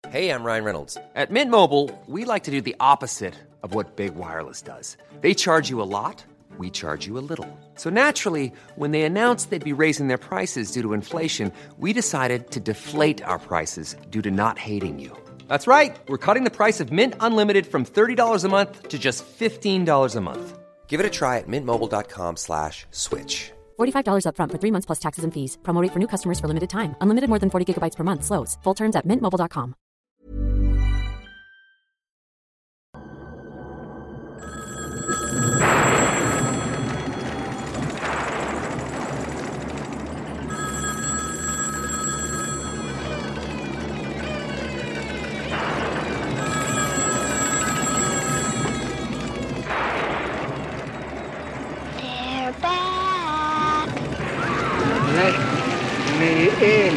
Hey, I'm Ryan Reynolds. At Mint Mobile, we like to do the opposite of what Big Wireless does. They charge you a lot, we charge you a little. So naturally, when they announced they'd be raising their prices due to inflation, we decided to deflate our prices due to not hating you. That's right. We're cutting the price of Mint Unlimited from $30 a month to just $15 a month. Give it a try at mintmobile.com/switch. $45 up front for 3 months plus taxes and fees. Promo rate for new customers for limited time. Unlimited more than 40 gigabytes per month. Slows full terms at mintmobile.com. They're back. Let me in.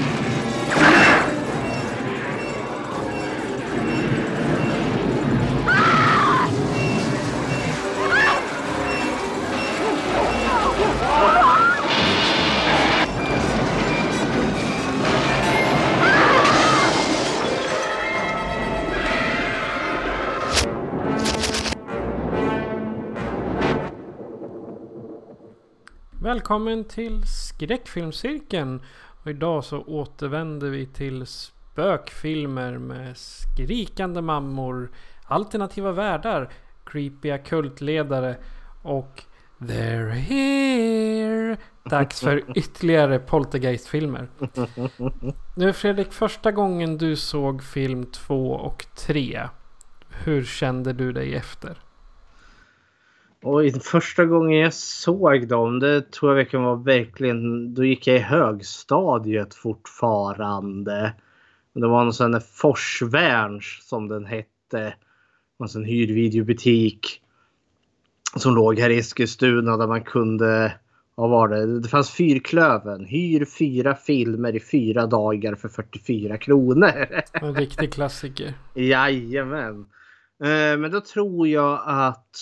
Välkommen till Skräckfilmscirkeln. Och idag så återvänder vi till spökfilmer med skrikande mammor, alternativa världar, creepy kultledare och they're here. Dags för ytterligare poltergeistfilmer. Nu Fredrik, första gången du såg film 2 och 3, hur kände du dig efter? Oj, första gången jag såg dem, det tror jag kan vara verkligen, då gick jag i högstadiet fortfarande. Det var någon sån här Forsvärns som den hette. En sån hyrvideobutik som låg här i Eskilstuna där man kunde, vad var det? Det fanns Fyrklöven. Hyr 4 filmer i 4 dagar för 44 kronor. En riktig klassiker. Jajamän. Men då tror jag att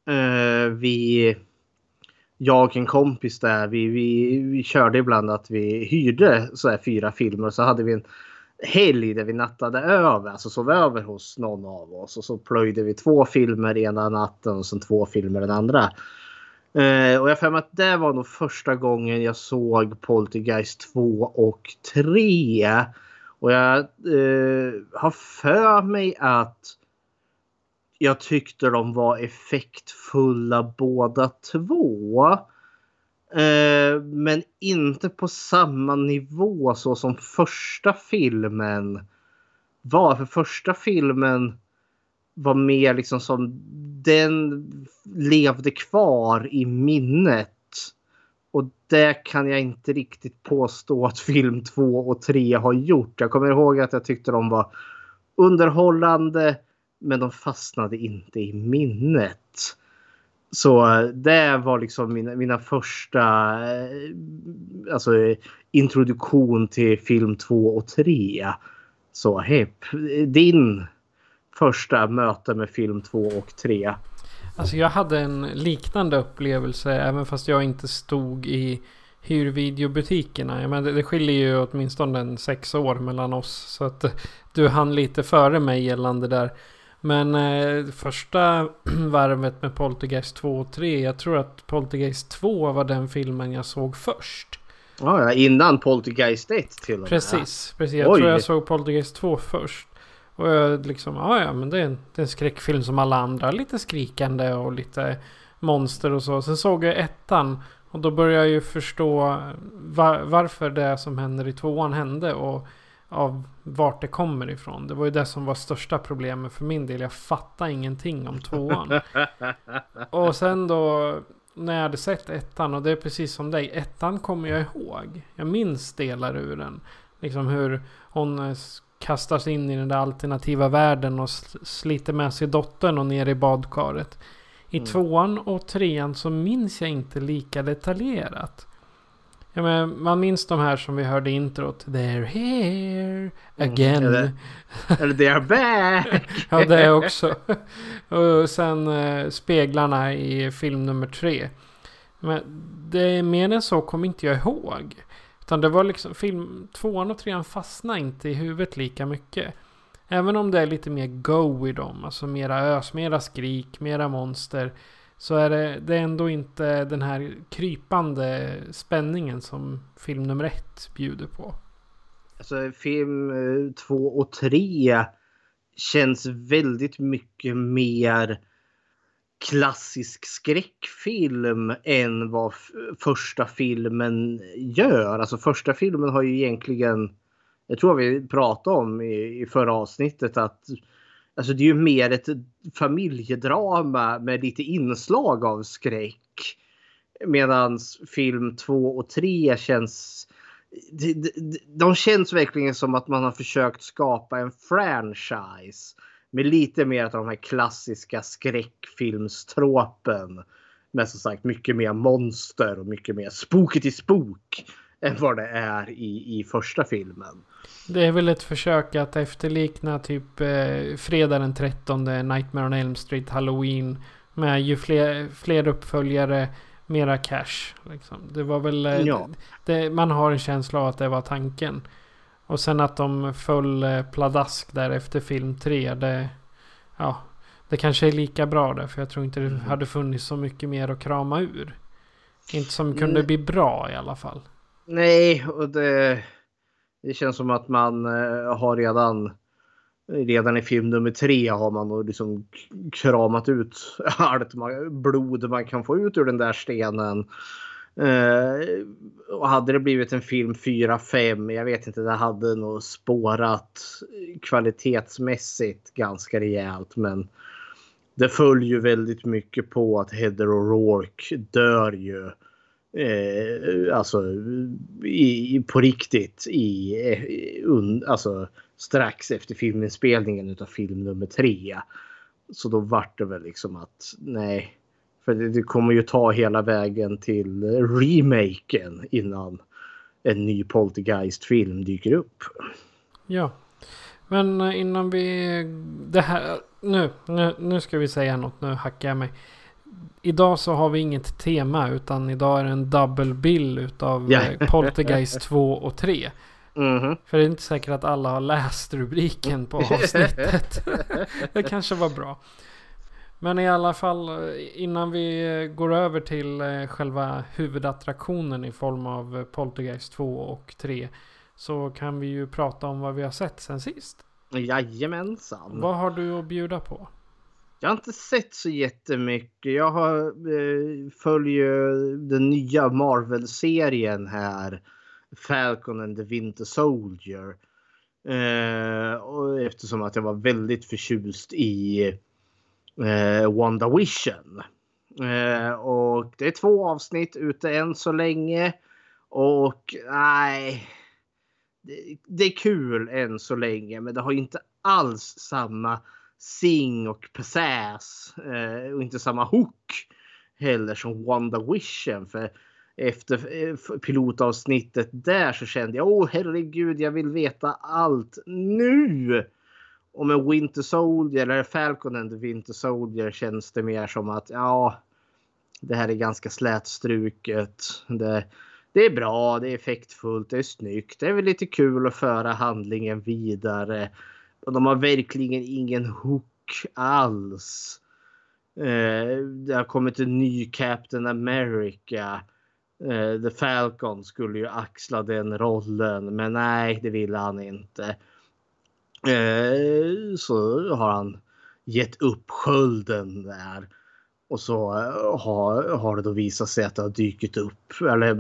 jag och en kompis där, vi körde ibland att vi hyrde så här 4 filmer, så hade vi en helg där vi nattade över, alltså sov över hos någon av oss, och så plöjde vi 2 filmer ena natten och sen 2 filmer den andra. Och jag för att det var nog första gången jag såg Poltergeist 2 och 3, och jag har för mig att jag tyckte de var effektfulla båda två. Men inte på samma nivå så som första filmen var. För första filmen var mer liksom som den levde kvar i minnet. Och det kan jag inte riktigt påstå att film 2 och 3 har gjort. Jag kommer ihåg att jag tyckte de var underhållande, men de fastnade inte i minnet. Så det var liksom mina första alltså introduktion till film 2 och 3. Så hepp, din första möte med film 2 och 3. Alltså jag hade en liknande upplevelse även fast jag inte stod i hyrvideobutikerna. Jag menar, det skiljer ju åtminstone 6 år mellan oss, så att du hann lite före mig gällande där. Men första varvet med Poltergeist 2 och 3, jag tror att Poltergeist 2 var den filmen jag såg först. Ja, innan Poltergeist 1 till och med. Precis. Jag tror jag såg Poltergeist 2 först. Och jag liksom, men det är en skräckfilm som alla andra. Lite skrikande och lite monster och så. Sen såg jag 1:an och då började jag ju förstå varför det som händer i 2:an hände och av vart det kommer ifrån. Det var ju det som var största problemet för min del. Jag fattade ingenting om 2:an. Och sen då när jag hade sett 1:an, och det är precis som dig, 1:an kommer jag ihåg. Jag minns delar ur den. Liksom hur hon kastas in i den där alternativa världen och sliter med sig dottern och ner i badkaret. I 2:an och 3:an så minns jag inte lika detaljerat. Ja, men man minns de här som vi hörde i introt. They're here again. Eller they are back. Ja, det också. Och sen speglarna i film nummer 3. Men det mer än så kommer inte jag ihåg. Utan det var liksom film 2:an och 3:an fastnade inte i huvudet lika mycket. Även om det är lite mer go i dem. Alltså mera ös, mera skrik, mera monster. Så är det är ändå inte den här krypande spänningen som film nummer 1 bjuder på. Alltså film 2 och 3 känns väldigt mycket mer klassisk skräckfilm än vad första filmen gör. Alltså första filmen har ju egentligen, jag tror vi pratade om i förra avsnittet, att alltså det är ju mer ett familjedrama med lite inslag av skräck. Medan film 2 och 3 känns, de känns verkligen som att man har försökt skapa en franchise med lite mer av de här klassiska skräckfilmstropen. Men som sagt mycket mer monster och mycket mer spooky till spook än vad det är i första filmen. Det är väl ett försök att efterlikna typ fredag den 13, Nightmare on Elm Street, Halloween. Med ju fler uppföljare, mera cash. Liksom. Det var väl... man har en känsla av att det var tanken. Och sen att de föll pladask där efter film 3. Det kanske är lika bra där. För jag tror inte det hade funnits så mycket mer att krama ur. Inte som kunde bli bra i alla fall. Nej, och det känns som att man har redan i film nummer 3 har man liksom kramat ut allt blod man kan få ut ur den där stenen. Och hade det blivit en film 4-5, jag vet inte, det hade nog spårat kvalitetsmässigt ganska rejält, men det följer ju väldigt mycket på att Heather O'Rourke dör ju alltså på riktigt alltså strax efter filminspelningen utav film nummer 3. Så då vart det väl liksom att nej, för det kommer ju ta hela vägen till remaken innan en ny Poltergeist-film dyker upp. Ja, men innan vi... Det här, nu ska vi säga något, nu hackar jag mig. Idag så har vi inget tema, utan idag är det en double bill utav Poltergeist 2 och 3. Mm-hmm. För det är inte säkert att alla har läst rubriken på avsnittet. Det kanske var bra. Men i alla fall, innan vi går över till själva huvudattraktionen i form av Poltergeist 2 och 3, så kan vi ju prata om vad vi har sett sen sist. Jajamensan. Vad har du att bjuda på? Jag har inte sett så jättemycket. Jag har följer den nya Marvel-serien här, Falcon and the Winter Soldier. Och eftersom att jag var väldigt förtjust i WandaVision. Och det är 2 avsnitt ute än så länge. Och nej, det är kul än så länge, men det har inte alls samma sing och pizzazz och inte samma hook heller som WandaVision. För efter pilotavsnittet där så kände jag, herregud, jag vill veta allt nu. Och med Winter Soldier eller Falcon and the Winter Soldier känns det mer som att det här är ganska slätstruket. Det är bra, det är effektfullt, det är snyggt. Det är väl lite kul att föra handlingen vidare. Och de har verkligen ingen hook alls. Det har kommit en ny Captain America. The Falcon skulle ju axla den rollen, men nej, det ville han inte. Så har han gett upp skölden där. Och så har det då visat sig att det har dykt upp. Eller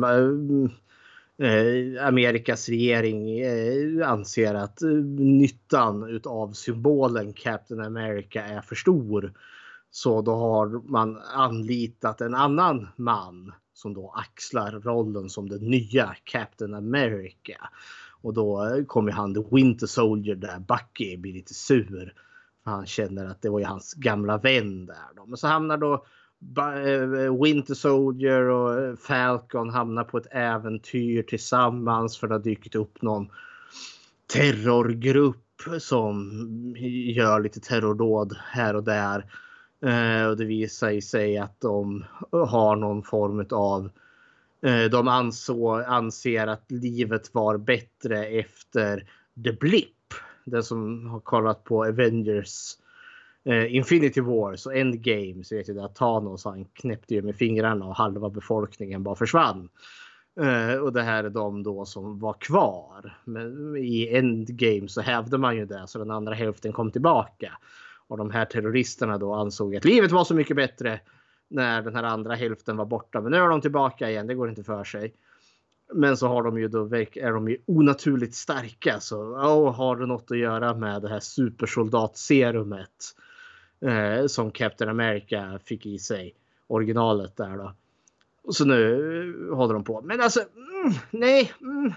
Amerikas regering anser att nyttan utav symbolen Captain America är för stor. Så då har man anlitat en annan man som då axlar rollen som den nya Captain America. Och då kommer han The Winter Soldier där Bucky blir lite sur. För han känner att det var ju hans gamla vän där då. Men så hamnar då Winter Soldier och Falcon hamnar på ett äventyr tillsammans, för det har dykt upp någon terrorgrupp som gör lite terrordåd här och där. Och det visar sig att de har någon form av... De anser att livet var bättre efter The Blip. Den som har kollat på Avengers Infinity War så Endgame, så vet jag att Thanos han knäppte ju med fingrarna och halva befolkningen bara försvann. Och det här är de då som var kvar. Men i Endgame så hävde man ju det, så den andra hälften kom tillbaka. Och de här terroristerna då ansåg att livet var så mycket bättre när den här andra hälften var borta. Men nu är de tillbaka igen, det går inte för sig. Men så har de ju då, är de ju onaturligt starka. Så har det något att göra med det här supersoldatserumet som Captain America fick i sig. Originalet där då. Så nu håller de på. Men alltså, nej.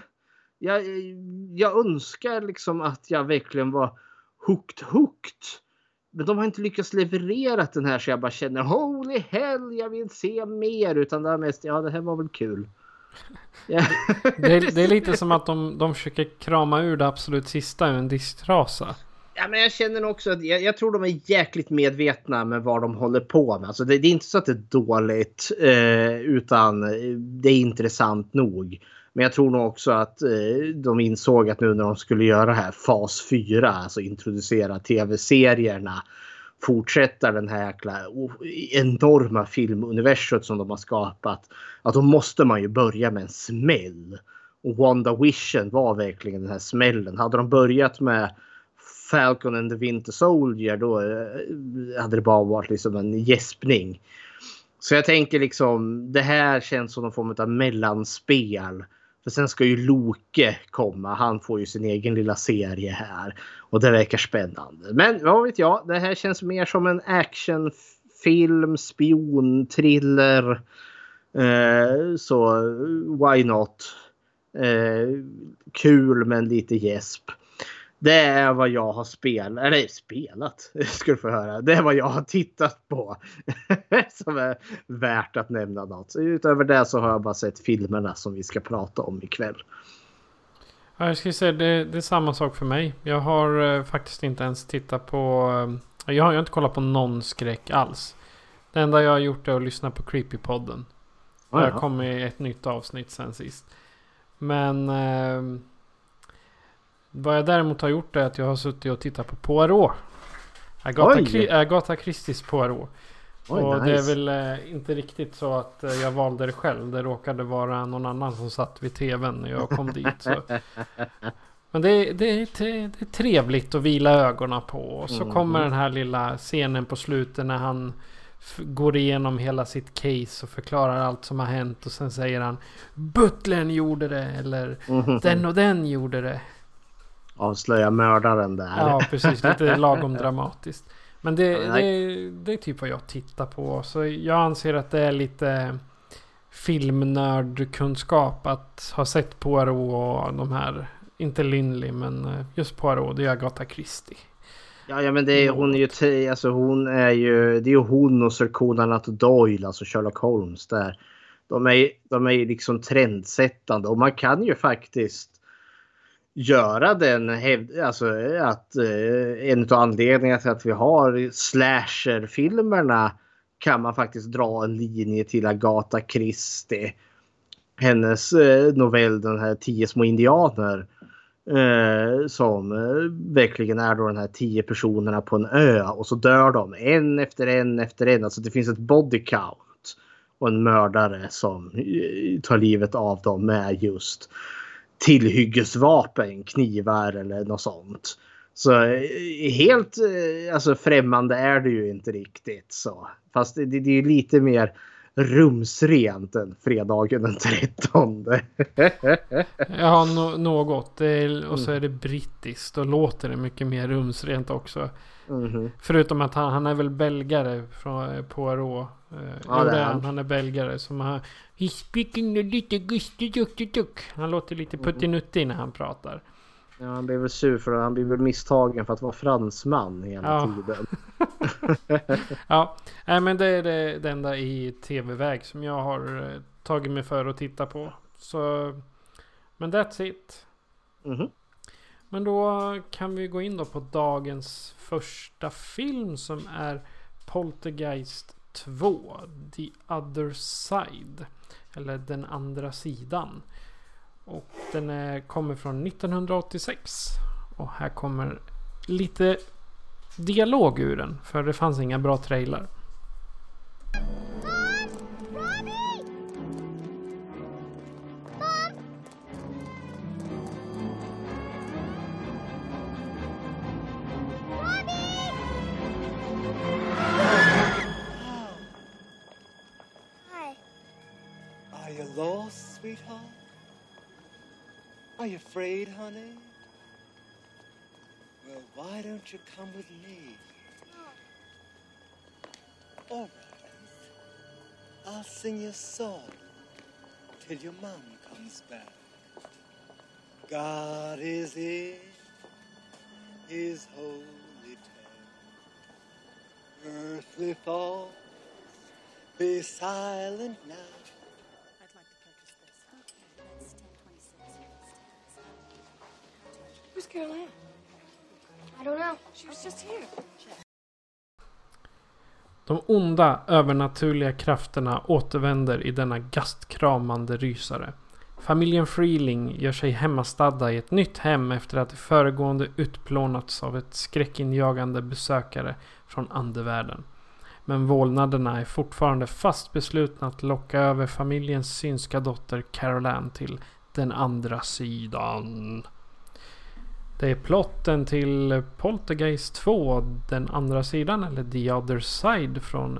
Jag önskar liksom att jag verkligen var hooked. Men de har inte lyckats leverera den här så jag bara känner holy hell, jag vill se mer. Utan det här mest, det här var väl kul. Yeah. det är lite som att de försöker krama ur det absolut sista ur en disktrasa. Ja, men jag känner också att jag tror de är jäkligt medvetna med vad de håller på med. Alltså det är inte så att det är dåligt utan det är intressant nog. Men jag tror nog också att de insåg att nu när de skulle göra det här fas 4, alltså introducera tv-serierna, fortsätta den här jäkla enorma filmuniverset som de har skapat, att då måste man ju börja med en smäll. Och WandaVision var verkligen den här smällen. Hade de börjat med Falcon and the Winter Soldier, då hade det bara varit liksom en gäspning. Så jag tänker liksom, det här känns som någon form av mellanspel. För sen ska ju Loke komma. Han får ju sin egen lilla serie här. Och det verkar spännande. Men vad vet jag, det här känns mer som en actionfilm, spion, thriller. Så why not? Kul men lite gäsp. Det är vad jag har spelat. Ska du få höra. Det är vad jag har tittat på. Som är värt att nämna något. Så utöver det så har jag bara sett filmerna som vi ska prata om ikväll. Ja, jag ska säga det är samma sak för mig. Jag har faktiskt inte ens tittat på... Jag har inte kollat på någon skräck alls. Det enda jag har gjort är att lyssna på Creepypodden. Jag kom i ett nytt avsnitt sen sist. Men... vad jag däremot har gjort är att jag har suttit och tittat på Poirot. Agatha Christies Poirot. Och nice. Det är väl inte riktigt så att jag valde det själv. Det råkade vara någon annan som satt vid tvn när jag kom dit. Så. Men det är trevligt att vila ögonen på. Och så kommer den här lilla scenen på slutet när han går igenom hela sitt case och förklarar allt som har hänt. Och sen säger han butlern gjorde det eller den och den gjorde det. Avslöja mördaren där. Ja, precis. Lite lagom dramatiskt. Men det är typ vad jag tittar på. Så jag anser att det är lite filmnördkunskap att ha sett Poirot och de här, inte Lynley, men just Poirot, det är Agatha Christie. Ja, men det är hon är ju det är ju hon och Sir Conan Doyle, alltså Sherlock Holmes där. De är ju liksom trendsättande och man kan ju faktiskt göra den, alltså att en av anledningarna till att vi har slasherfilmerna kan man faktiskt dra en linje till Agatha Christie. Hennes novell, den här 10 små indianer, som verkligen är då den här 10 personerna på en ö och så dör de en efter en. Alltså det finns ett body count och en mördare som tar livet av dem med just tillhyggesvapen, knivar eller något sånt. Så helt alltså främmande är det ju inte riktigt så. Fast det är lite mer rumsrent än fredagen den 13. Ja, något. Och så är det brittiskt och låter det mycket mer rumsrent också. Förutom att han är väl belgare från Poirot. Han är belgare som har he's speaking lite gustuk. Han låter lite puttinuttig när han pratar. Ja, han blir väl sur för han blir väl misstagen för att vara fransman hela tiden. Ja, men det är det enda i tv-väg som jag har tagit mig för att titta på. Så, men that's it. Men då kan vi gå in då på dagens första film som är Poltergeist 2, The Other Side, eller Den andra sidan. Och den kommer från 1986. Och här kommer lite dialog ur den. För det fanns inga bra trailer. Are you lost, sweetheart? Are you afraid, honey? Well, why don't you come with me? All right. I'll sing you a song till your mom comes back. God is in his holy temple. Earthly thoughts, be silent now. Who's Caroline? I don't know. She was just here. De onda, övernaturliga krafterna återvänder i denna gastkramande rysare. Familjen Freeling gör sig hemmastadda i ett nytt hem efter att det föregående utplånats av ett skräckinjagande besökare från andevärlden. Men vålnaderna är fortfarande fast beslutna att locka över familjens synska dotter Caroline till den andra sidan. Det är plotten till Poltergeist 2, den andra sidan, eller The Other Side från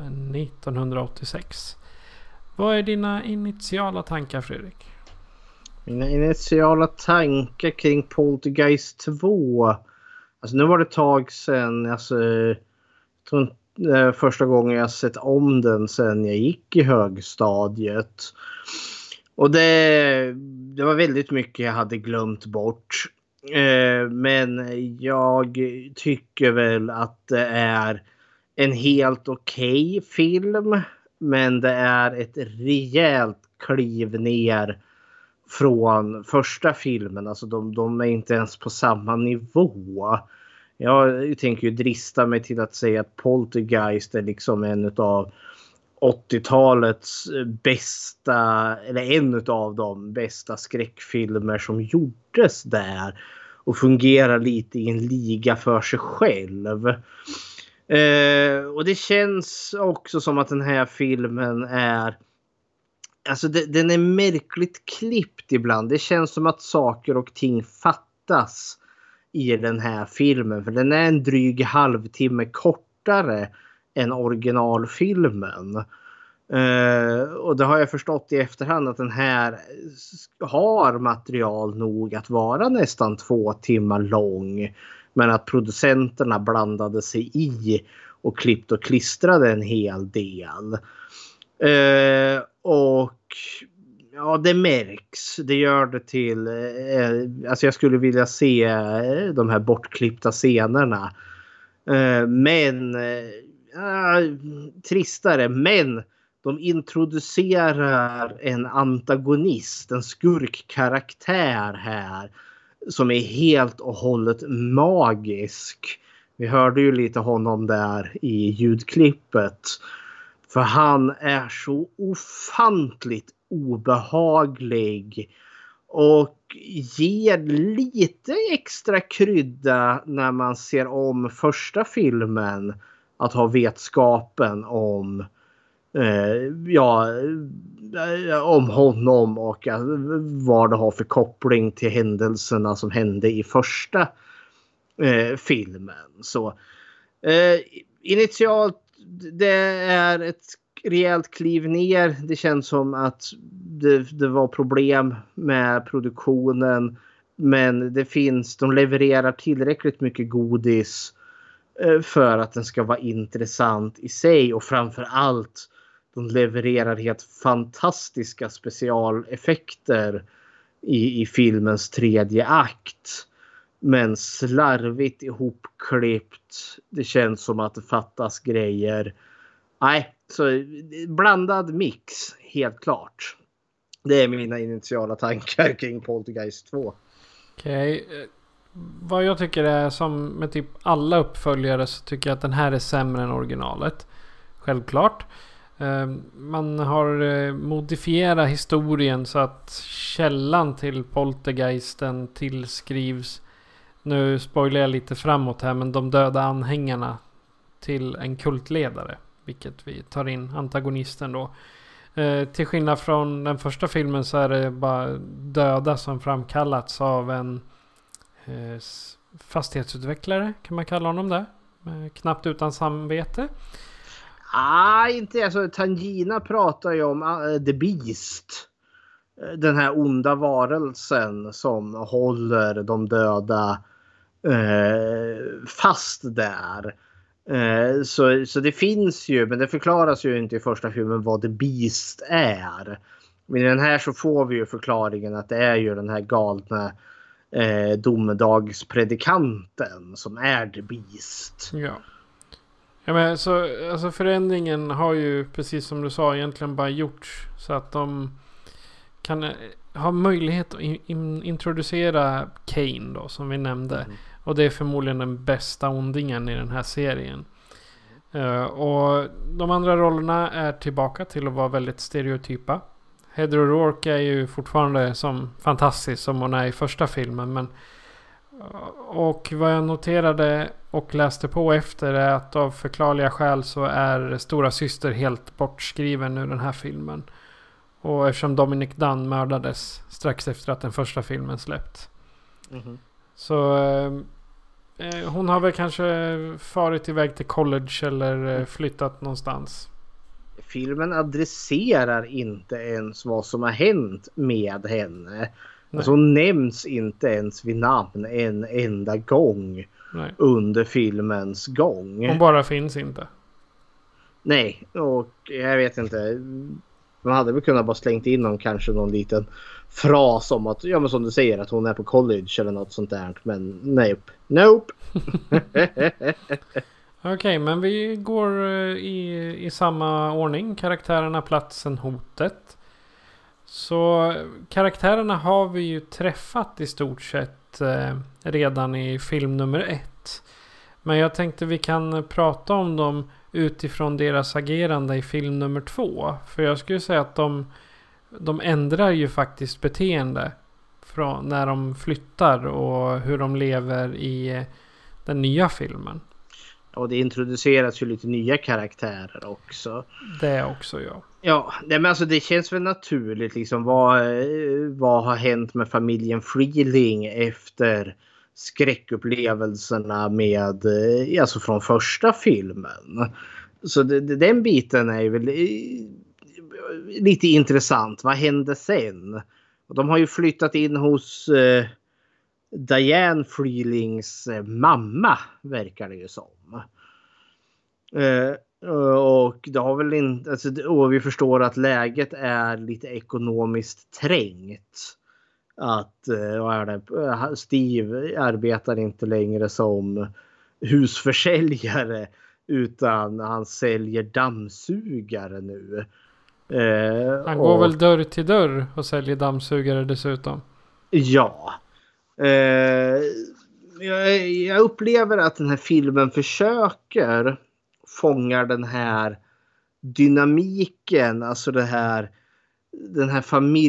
1986. Vad är dina initiala tankar, Fredrik? Mina initiala tankar kring Poltergeist 2. Alltså nu var det ett tag sedan. Alltså, jag tror första gången jag sett om den sedan jag gick i högstadiet. Och det var väldigt mycket jag hade glömt bort. Men jag tycker väl att det är en helt okej film. Men det är ett rejält kliv ner från första filmen. Alltså de är inte ens på samma nivå. Jag tänker ju drista mig till att säga att Poltergeist är liksom en av 80-talets bästa, eller en av de bästa skräckfilmer som gjordes där. Och fungerar lite i en liga för sig själv. Och det känns också som att den här filmen är... Alltså den är märkligt klippt ibland. Det känns som att saker och ting fattas i den här filmen. För den är en dryg halvtimme kortare än originalfilmen. Och det har jag förstått i efterhand att den här har material nog att vara nästan 2 timmar lång. Men att producenterna blandade sig i och klippt och klistrade en hel del. Och ja, det märks. Det gör det till... alltså jag skulle vilja se de här bortklippta scenerna. Men... tristare. Men de introducerar en antagonist. En skurkkaraktär här. Som är helt och hållet magisk. Vi hörde ju lite honom där i ljudklippet. För han är så ofantligt obehaglig. Och ger lite extra krydda när man ser om första filmen. Att ha vetskapen om om honom och vad det har för koppling till händelserna som hände i första filmen. Så initialt det är ett rejält kliv ner. Det känns som att det var problem med produktionen, men de levererar tillräckligt mycket godis för att den ska vara intressant i sig, och framför allt de levererar helt fantastiska specialeffekter i filmens tredje akt. Men slarvigt ihopklippt. Det känns som att det fattas grejer. Nej, så blandad mix, helt klart. Det är mina initiala tankar kring Poltergeist 2. Okej. Vad jag tycker är, som med typ alla uppföljare, så tycker jag att den här är sämre än originalet. Självklart. Man har modifierat historien så att källan till Poltergeisten tillskrivs nu spoilar jag lite framåt här, men de döda anhängarna till en kultledare. Vilket vi tar in antagonisten då. Till skillnad från den första filmen så är det bara döda som framkallats av en fastighetsutvecklare, kan man kalla honom det. Knappt utan samvete. Inte alltså. Tangina pratar ju om The Beast. Den här onda varelsen som håller de döda fast där. Så det finns ju, men det förklaras ju inte i första filmen vad The Beast är. Men i den här så får vi ju förklaringen att det är ju den här galna domedagspredikanten som är The Beast. Ja. Ja, men så, alltså förändringen har ju, precis som du sa, egentligen bara gjorts så att de kan ha möjlighet att introducera Kane då, som vi nämnde. Och det är förmodligen den bästa ondingen i den här serien. Och de andra rollerna är tillbaka till att vara väldigt stereotypa. Heather O'Rourke är ju fortfarande som fantastisk som hon är i första filmen. Men, och vad jag noterade och läste på efter är att av förklarliga skäl så är stora syster helt bortskriven ur den här filmen. Och eftersom Dominic Dunn mördades strax efter att den första filmen släppt. Så hon har väl kanske farit iväg till college eller flyttat någonstans. Filmen adresserar inte ens vad som har hänt med henne. Alltså hon nämns inte ens vid namn en enda gång under filmens gång. Hon bara finns inte. Nej, och jag vet inte. Man hade väl kunnat bara slängt in någon liten fras om att, ja men som du säger, att hon är på college eller något sånt där. Men nope. Okej, men vi går i samma ordning. Karaktärerna, platsen, hotet. Så karaktärerna har vi ju träffat i stort sett redan i film nummer 1. Men jag tänkte vi kan prata om dem utifrån deras agerande i film nummer 2. För jag skulle säga att de ändrar ju faktiskt beteende från när de flyttar och hur de lever i den nya filmen. Och det introduceras ju lite nya karaktärer också. Det också, ja. Ja, men alltså det känns väl naturligt liksom. Vad har hänt med familjen Freeling efter skräckupplevelserna med, alltså från första filmen. Så den biten är ju väl lite intressant. Vad hände sen? Och de har ju flyttat in hos Diane Freelings mamma, verkar det ju som. Och det har väl inte, alltså, och vi förstår att läget är lite ekonomiskt trängt. Att Steve arbetar inte längre som husförsäljare utan han säljer dammsugare nu. Han går väl dörr till dörr och säljer dammsugare dessutom. Ja. Jag upplever att den här filmen försöker fånga den här dynamiken, alltså den här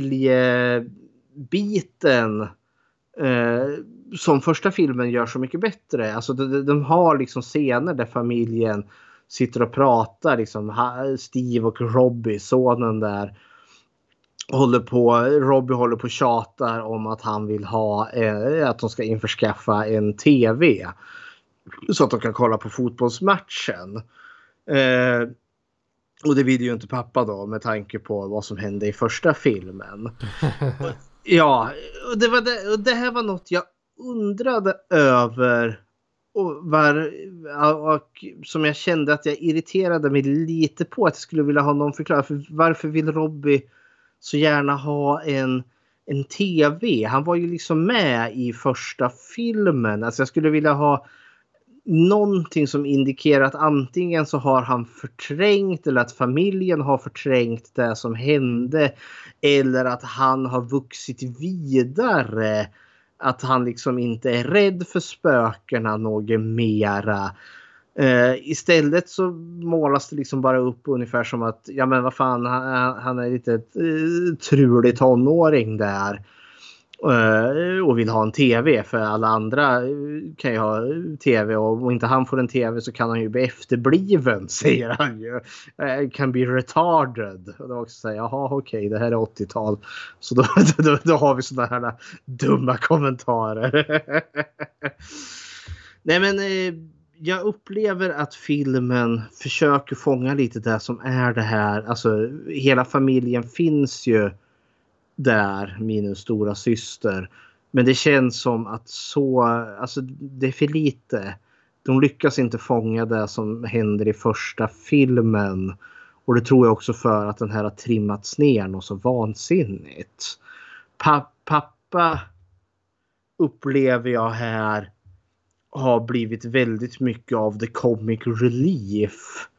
familjebiten som första filmen gör så mycket bättre. Alltså de har liksom scener där familjen sitter och pratar, liksom Steve och Robbie, sonen där, Robbie håller på och tjatar om att han vill ha att de ska införskaffa en tv så att de kan kolla på fotbollsmatchen. Och det vill ju inte pappa då med tanke på vad som hände i första filmen. Ja, och det här var något jag undrade över och som jag kände att jag irriterade mig lite på, att jag skulle vilja ha någon förklaring. För varför vill Robbie så gärna ha en tv? Han var ju liksom med i första filmen. Alltså jag skulle vilja ha någonting som indikerar att antingen så har han förträngt, eller att familjen har förträngt det som hände, eller att han har vuxit vidare, att han liksom inte är rädd för spökena något mera. Istället så målas det liksom bara upp ungefär som att, ja men vad fan, han är lite trulig tonåring där. och vill ha en tv, för alla andra kan ju ha tv, och om inte han får en tv så kan han ju bli efterbliven, säger han ju. Kan bli retarded. Och då också säger jaha okej, det här är 80-tal, så då har vi sådana här dumma kommentarer. Nej men jag upplever att filmen försöker fånga lite det som är det här, alltså hela familjen finns ju där, minus stora syster. Men det känns som att alltså det är för lite. De lyckas inte fånga det som händer i första filmen. Och det tror jag också för att den här har trimmats ner något så vansinnigt. Pappa upplever jag här har blivit väldigt mycket av the comic relief.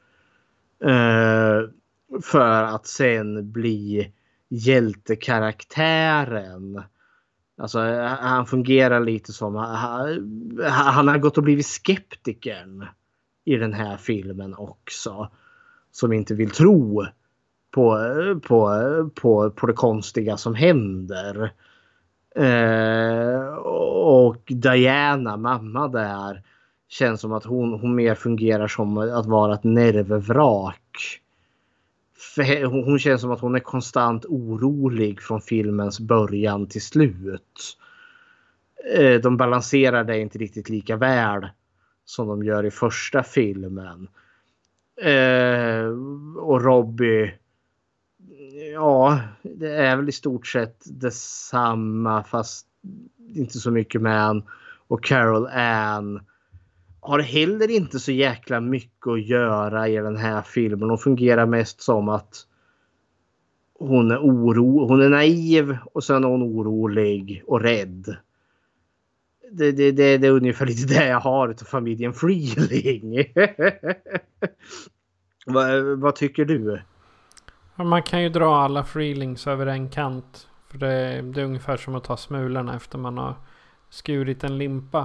För att sen bli hjältekaraktären. Alltså han fungerar lite som han har gått och blivit skeptikern i den här filmen också, som inte vill tro på det konstiga som händer. Och Diana, mamma där, känns som att hon mer fungerar som att vara ett nervvrak. Hon känns som att hon är konstant orolig från filmens början till slut. De balanserar det inte riktigt lika väl som de gör i första filmen. Och Robbie, ja, det är väl i stort sett detsamma, fast inte så mycket med han. Och Carol Ann har heller inte så jäkla mycket att göra i den här filmen. Hon fungerar mest som att hon är naiv och sen är hon orolig och rädd. Det är ungefär lite det jag har utav familjen Freeling. Vad tycker du? Man kan ju dra alla Freelings över en kant. För det är ungefär som att ta smulorna efter man har skurit en limpa.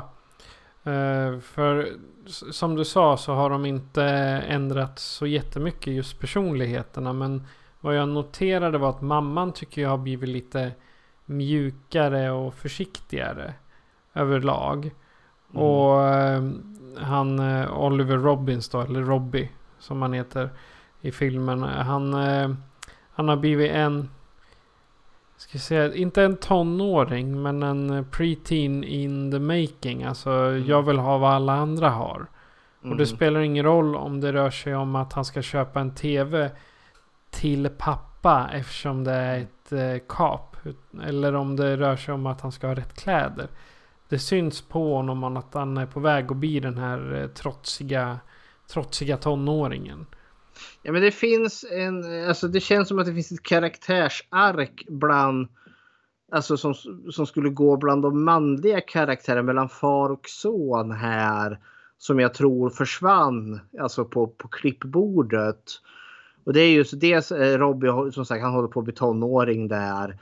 För som du sa så har de inte ändrat så jättemycket just personligheterna. Men vad jag noterade var att mamman tycker jag har blivit lite mjukare och försiktigare överlag. Och han Oliver Robbins då, eller Robbie som han heter i filmen. Han har blivit ska jag säga, inte en tonåring men en preteen in the making. Alltså jag vill ha vad alla andra har. Och det spelar ingen roll om det rör sig om att han ska köpa en tv till pappa eftersom det är ett kap. Eller om det rör sig om att han ska ha rätt kläder. Det syns på honom att han är på väg att bli den här trotsiga tonåringen. Ja, men det finns alltså det känns som att det finns ett karaktärsark bland, alltså som skulle gå bland de manliga karaktärerna mellan far och son här, som jag tror försvann alltså på klippbordet. Och det är ju så dels Robbie, som sagt, han håller på att bli tonåring där.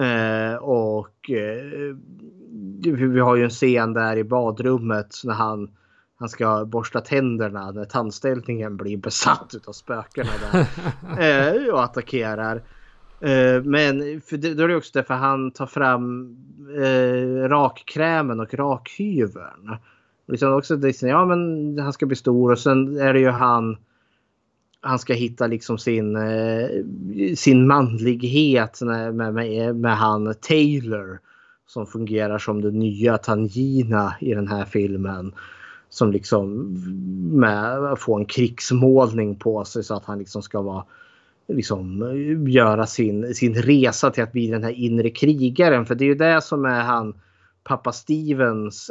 Och vi har ju en scen där i badrummet när han ska borsta tänderna när tandställningen blir besatt utav spökena där och attackerar. Men då är det också därför han tar fram rakkrämen och rakhyveln. Och liksom också det, ja men han ska bli stor, och sen är det ju han ska hitta liksom sin manlighet med han Taylor som fungerar som den nya Tangina i den här filmen, som liksom får en krigsmålning på sig så att han liksom ska vara göra sin resa till att bli den här inre krigaren, för det är ju det som är han pappa Steves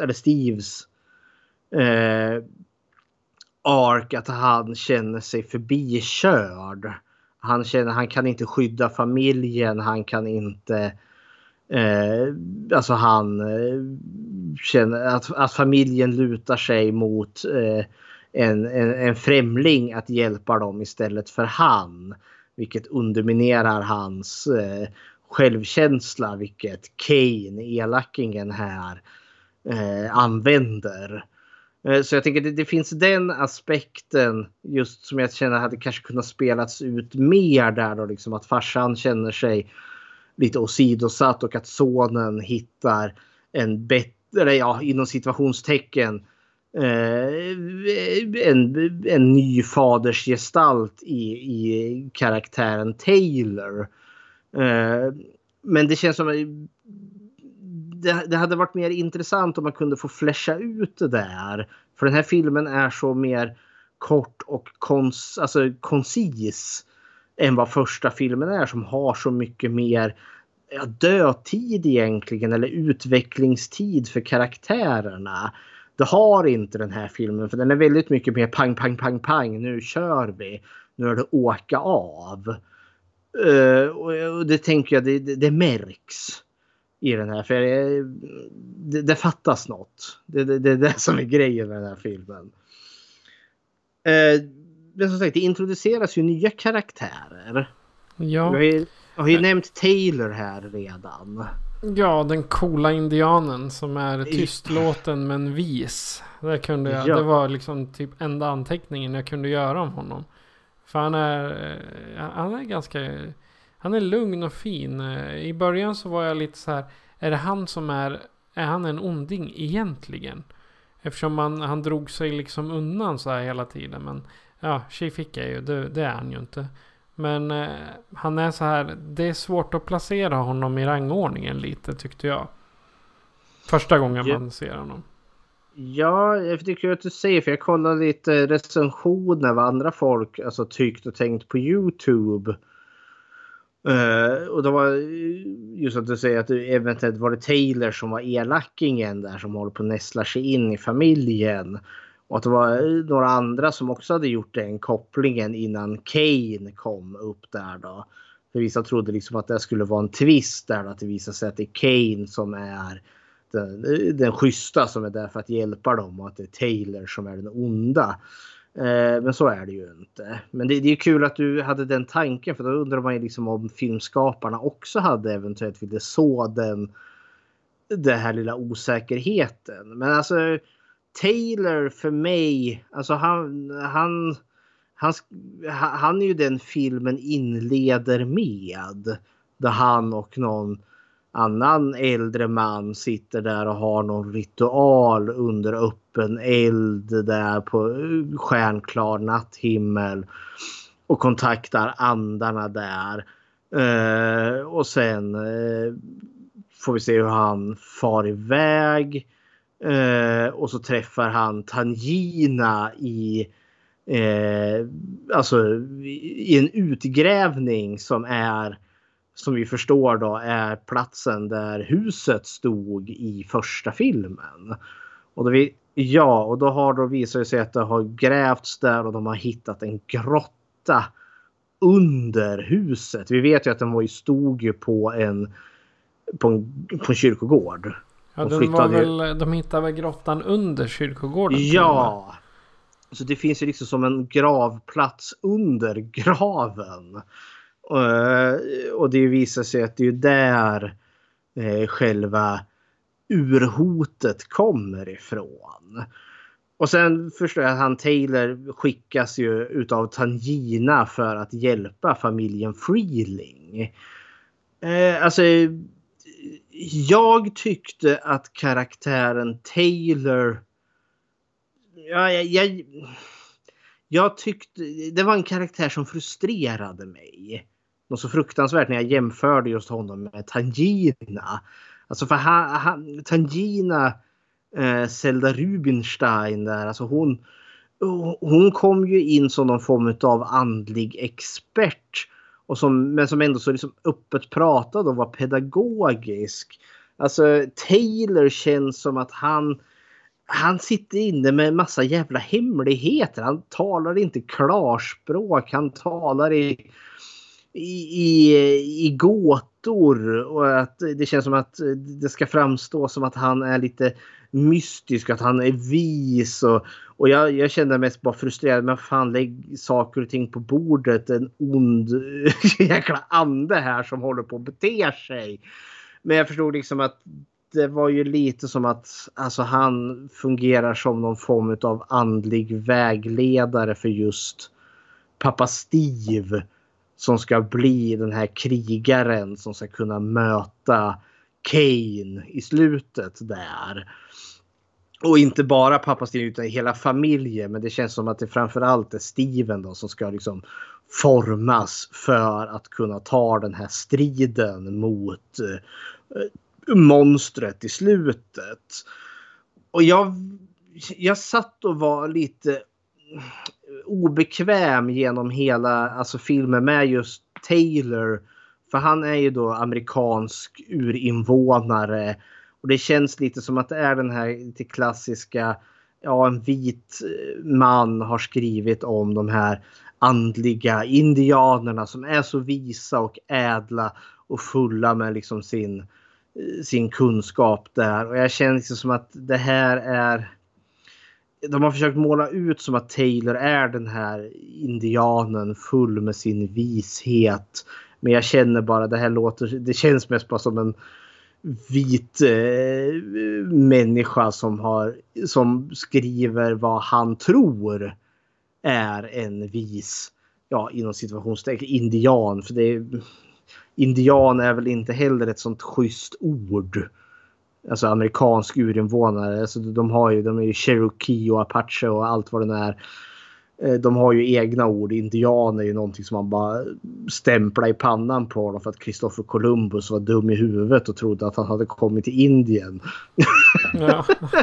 ark, att han känner sig förbikörd. Han kan inte skydda familjen, han kan inte alltså han känner att familjen lutar sig mot en främling att hjälpa dem istället för han, vilket underminerar hans självkänsla, vilket Kane, elakingen här, använder. Så jag tänker det finns den aspekten just som jag känner hade kanske kunnat spelats ut mer där då, liksom att farsan känner sig lite åsidosatt och att sonen hittar en bättre, ja, inom situationstecken en ny fadersgestalt i karaktären Taylor. Men det känns som det hade varit mer intressant om man kunde få flasha ut det där. För den här filmen är så mer kort och koncis än vad första filmen är, som har så mycket mer dödtid egentligen, eller utvecklingstid för karaktärerna. Det har inte den här filmen, för den är väldigt mycket mer pang, pang, pang, pang. Nu kör vi. Nu är det åka av. Och det tänker jag, det märks i den här. För det fattas något. Det är det som är grejen med den här filmen. Men som sagt, det introduceras ju nya karaktärer. Ja. Jag har ju nämnt Taylor här redan. Ja, den coola indianen som är tystlåten men vis. Det kunde jag. Ja. Det var liksom typ enda anteckningen jag kunde göra om honom. För han är ganska... Han är lugn och fin. I början så var jag lite så här... Är det han som är han en onding egentligen? Eftersom han drog sig liksom undan så här hela tiden. Men ja, fick jag ju. Det är han ju inte. Men han är så här... Det är svårt att placera honom i rangordningen lite, tyckte jag. Första gången man ser honom. Ja, jag tycker att du säger, för jag kollade lite recensioner vad andra folk alltså tyckt och tänkt på YouTube. Och då var just att du säger att det eventuellt var det Taylor som var elakingen där, som håller på att nästla sig in i familjen. Och att det var några andra som också hade gjort den kopplingen innan Kane kom upp där då. För vissa trodde liksom att det skulle vara en twist där, att det visar sig att det är Kane som är den schyssta, som är där för att hjälpa dem, och att det är Taylor som är den onda. Men så är det ju inte. Men det är ju kul att du hade den tanken, för då undrar man ju liksom om filmskaparna också hade eventuellt ville så den här lilla osäkerheten. Men alltså Taylor för mig, alltså han är ju den filmen inleder med, där han och någon annan äldre man sitter där och har någon ritual under öppen eld där på stjärnklar natthimmel och kontaktar andarna där. Och sen får vi se hur han far iväg. Och så träffar han Tangina i en utgrävning som vi förstår då är platsen där huset stod i första filmen. Och då har då visat sig att det har grävts där och de har hittat en grotta under huset. Vi vet ju att den stod ju på en kyrkogård. Ja, de hittade väl grottan under kyrkogården? Ja. Så det finns ju liksom som en gravplats under graven. Och det visar sig att det är där själva urhotet kommer ifrån. Och sen förstår jag att han Taylor skickas ju utav Tangina för att hjälpa familjen Freeling. Alltså jag tyckte att karaktären Taylor, jag tyckte det var en karaktär som frustrerade mig. Något så fruktansvärt när jag jämförde just honom med Tangina. Alltså för Tangina, Zelda Rubinstein där, alltså hon kom ju in som någon form av andlig expert. Men som ändå så liksom öppet pratade och var pedagogisk. Alltså Taylor känns som att han sitter inne med en massa jävla hemligheter. Han talar inte klarspråk. Han talar i gåtor. Och att det känns som att det ska framstå som att han är lite mystisk. Att han är vis. Och jag kände mest bara frustrerad. Men fan, lägg saker och ting på bordet. En ond jäkla ande här som håller på att bete sig. Men jag förstod liksom att det var ju lite som att alltså, han fungerar som någon form av andlig vägledare för just pappa Steve. som ska bli den här krigaren som ska kunna möta Kane i slutet där. Och inte bara pappa Steven utan hela familjen. Men det känns som att det framförallt är Steven då som ska liksom formas för att kunna ta den här striden mot monstret i slutet. Och jag satt och var lite obekväm genom hela filmen med just Taylor. För han är ju då amerikansk urinvånare. Och det känns lite som att det är den här lite klassiska, en vit man har skrivit om de här andliga indianerna som är så visa och ädla och fulla med liksom sin kunskap där. Och jag känner liksom som att det här är, de har försökt måla ut som att Taylor är den här indianen full med sin vishet. Men jag känner bara, det känns mest bara som en vit människa som skriver vad han tror är en vis, inom situationstecken, indian. För indian är väl inte heller ett sånt schysst ord. Alltså amerikansk urinvånare. Alltså de är ju Cherokee och Apache och allt vad det är. De har ju egna ord. Indian är ju någonting som man bara stämplar i pannan på dem för att Christopher Columbus var dum i huvudet och trodde att han hade kommit till Indien. Ja.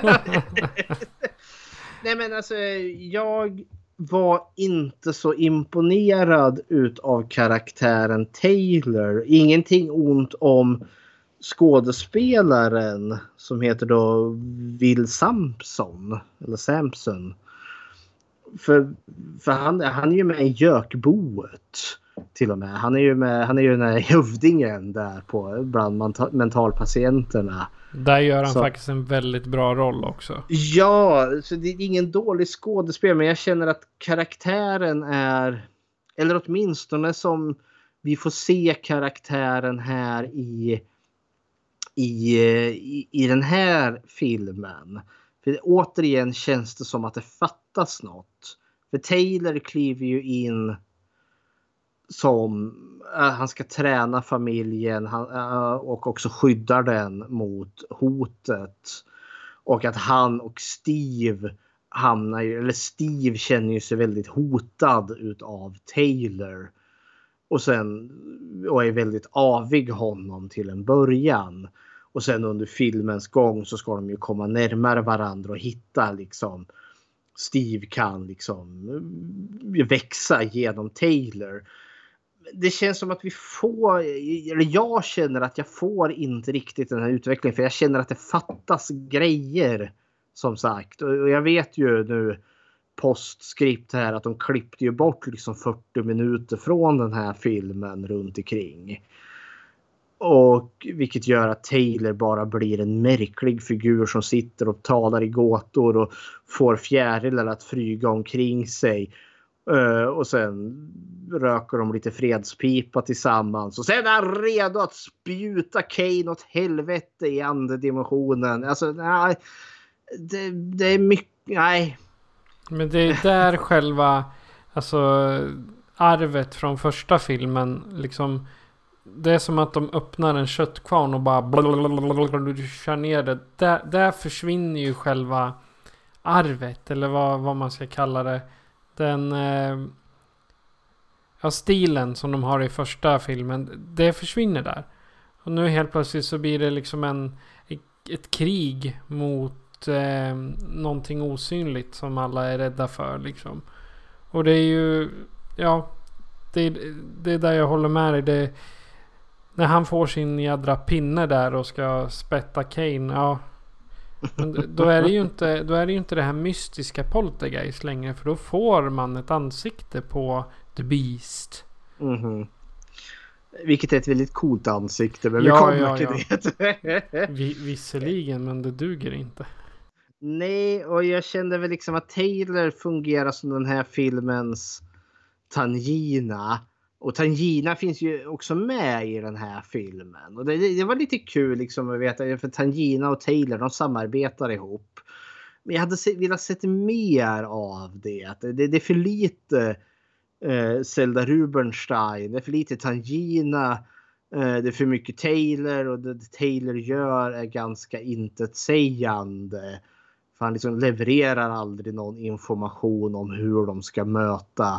Nej men alltså, jag var inte så imponerad av karaktären Taylor. Ingenting ont om skådespelaren som heter då Will Sampson eller Sampson. För han är ju med i Gökboet till och med. Han är ju den här hövdingen där bland mentalpatienterna. Där gör han faktiskt en väldigt bra roll också. Ja, så det är ingen dålig skådespel, men jag känner att karaktären är, eller åtminstone som vi får se karaktären här i den här filmen. För återigen känns det som att det fattas något. För Taylor kliver ju in som han ska träna familjen och också skydda den mot hotet. Och att han och Steve Steve känner ju sig väldigt hotad utav Taylor. Och är väldigt avig honom till en början. Och sen under filmens gång så ska de ju komma närmare varandra och hitta liksom Steve kan liksom växa genom Taylor. Det känns som att jag känner att jag får inte riktigt den här utvecklingen, för jag känner att det fattas grejer som sagt. Och jag vet ju nu postskript här att de klippte ju bort liksom 40 minuter från den här filmen runt omkring. Och vilket gör att Taylor bara blir en märklig figur som sitter och talar i gåtor och får fjärilar att flyga omkring sig. Och sen röker de lite fredspipa tillsammans. Och sen är han redo att spjuta Kane åt helvete i andra dimensionen. Alltså, nej. Det är mycket, nej. Men det är där själva, alltså arvet från första filmen liksom. Det är som att de öppnar en köttkvarn och bara kör ner det. Där försvinner ju själva arvet, eller vad man ska kalla det. Den stilen som de har i första filmen, det försvinner där. Och nu helt plötsligt så blir det liksom ett krig mot någonting osynligt som alla är rädda för liksom. Och det är ju, det är där jag håller med dig. När han får sin jädra pinne där och ska spätta Kane, men då är det ju inte det här mystiska Poltergeist längre, för då får man ett ansikte på The Beast. Mm-hmm. Vilket är ett väldigt coolt ansikte, men vi kommer till det. Visserligen, men det duger inte. Nej, och jag kände väl liksom att Taylor fungerar som den här filmens Tangina. Och Tangina finns ju också med i den här filmen. Och det var lite kul liksom att veta, för Tangina och Taylor, de samarbetar ihop. Men jag hade velat sett mer av det. Det är för lite Zelda Rubinstein. Det är för lite Tangina. Det är för mycket Taylor och det Taylor gör är ganska intetsägande. För han liksom levererar aldrig någon information om hur de ska möta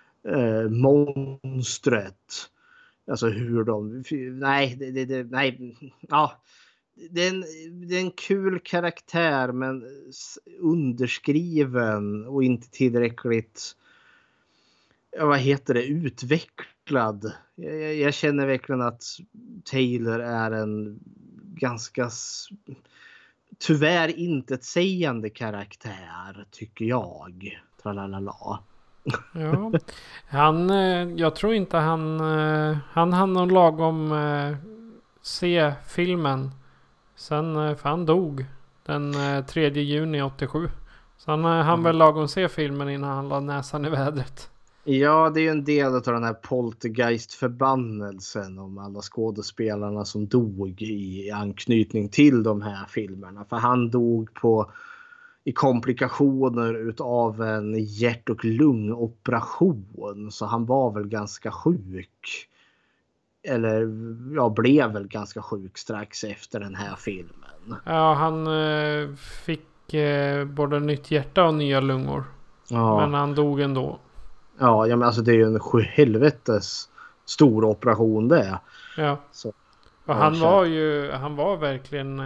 monstret. Alltså hur de... Nej, nej. Ja, det är en kul karaktär men underskriven och inte tillräckligt utvecklad. Jag känner verkligen att Taylor är en ganska tyvärr intetsägande karaktär tycker jag. Tralalala. Ja, jag tror inte han hann nog lagom se filmen. Sen, för han dog den 3 juni 87. Så han väl lagom se filmen innan han la näsan i vädret. Ja, det är ju en del av den här poltergeist-förbannelsen om alla skådespelarna som dog i anknytning till de här filmerna. För han dog i komplikationer utav en hjärt- och lungoperation. Så han var väl ganska sjuk. Eller blev väl ganska sjuk strax efter den här filmen. Ja, han fick både nytt hjärta och nya lungor. Ja. Men han dog ändå. Ja, men alltså det är ju en helvetes stor operation det. Ja. Så. Och han var verkligen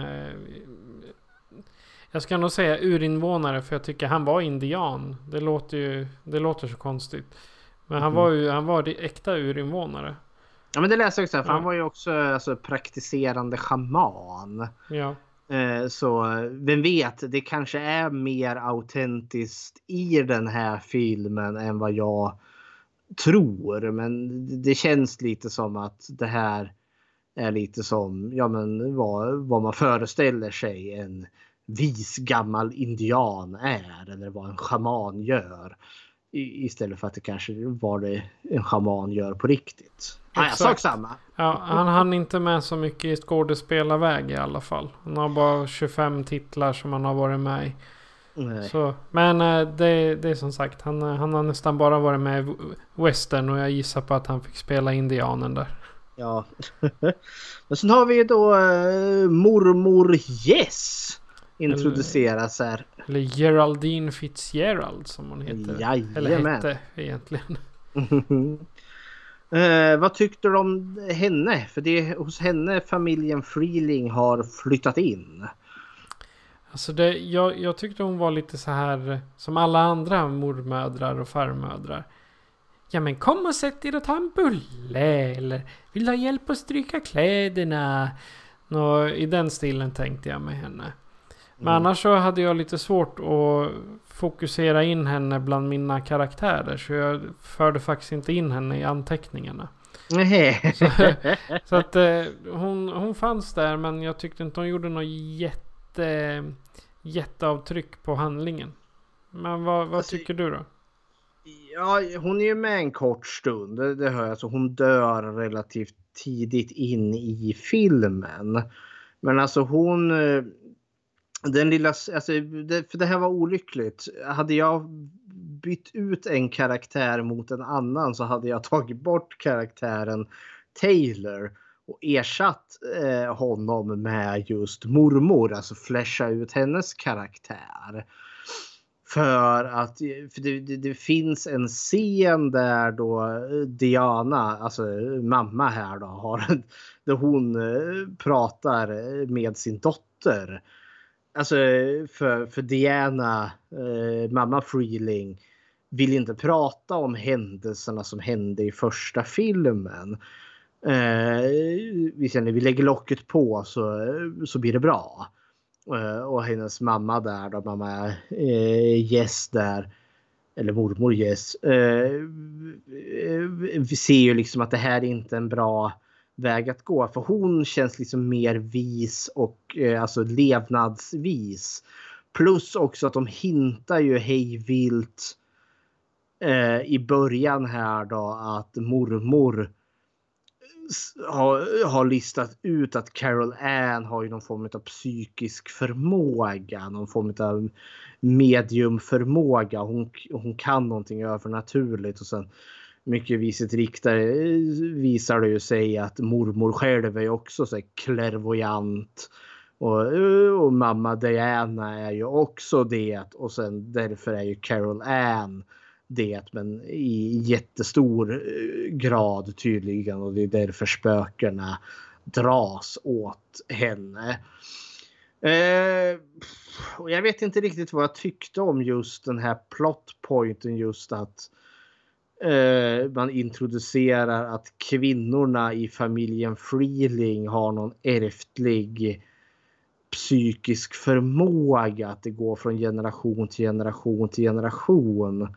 jag ska nog säga urinvånare för jag tycker han var indian. Det låter så konstigt. Men han var äkta urinvånare. Ja, men det läser jag också. För han var ju också praktiserande schaman. Ja. Så vem vet, det kanske är mer autentiskt i den här filmen än vad jag tror. Men det känns lite som att det här är lite som vad man föreställer sig en vis gammal indian är. Eller vad en schaman gör. Istället för att det kanske var det en schaman gör på riktigt. Sak samma. Ja, han hann inte med så mycket i skådespelarväg i alla fall. Han har bara 25 titlar som han har varit med i. Så, men det är som sagt, han har nästan bara varit med i western och jag gissar på att han fick spela indianen där. Ja. Men sen har vi då mormor Yes introduceras här. Eller Geraldine Fitzgerald som hon heter. Jajamän. Eller hette egentligen. Vad tyckte du om henne? För det är hos henne familjen Freeling har flyttat in. Alltså jag tyckte hon var lite så här som alla andra mormödrar och farmödrar. Ja men kom och sätt er och ta en bulle. Eller vill du ha hjälp att stryka kläderna? I den stilen tänkte jag med henne. Men annars så hade jag lite svårt att fokusera in henne bland mina karaktärer. Så jag förde faktiskt inte in henne i anteckningarna. Så att hon fanns där men jag tyckte inte hon gjorde något jätteavtryck på handlingen. Men vad tycker du då? Ja, hon är ju med en kort stund. Det hör jag. Alltså, hon dör relativt tidigt in i filmen. Men alltså hon... Den lilla, alltså, för det här var olyckligt. Hade jag bytt ut en karaktär mot en annan så hade jag tagit bort karaktären Taylor och ersatt honom med just mormor. Alltså flasha ut hennes karaktär. För det finns en scen där då Diana, alltså mamma här då, där hon pratar med sin dotter. Alltså för Diana, mamma Freeling, vill inte prata om händelserna som hände i första filmen. Vi lägger locket på så blir det bra. Och hennes mamma där då, mamma Yes där, eller mormor Yes, vi ser ju liksom att det här är inte en bra väg att gå. För hon känns liksom mer vis och alltså levnadsvis. Plus också att de hintar ju hejvilt i början här då att mormor har listat ut att Carol Ann har ju någon form av psykisk förmåga. Någon form av mediumförmåga. Hon kan någonting övernaturligt och sen mycket viset riktare visar det ju sig att mormor själv är också så här klärvoajant. Och mamma Diana är ju också det. Och sen därför är ju Carol Ann det. Men i jättestor grad tydligen. Och det är därför spökerna dras åt henne. Och jag vet inte riktigt vad jag tyckte om just den här plotpointen. Just att man introducerar att kvinnorna i familjen Freeling har någon ärftlig psykisk förmåga, att det går från generation till generation till generation.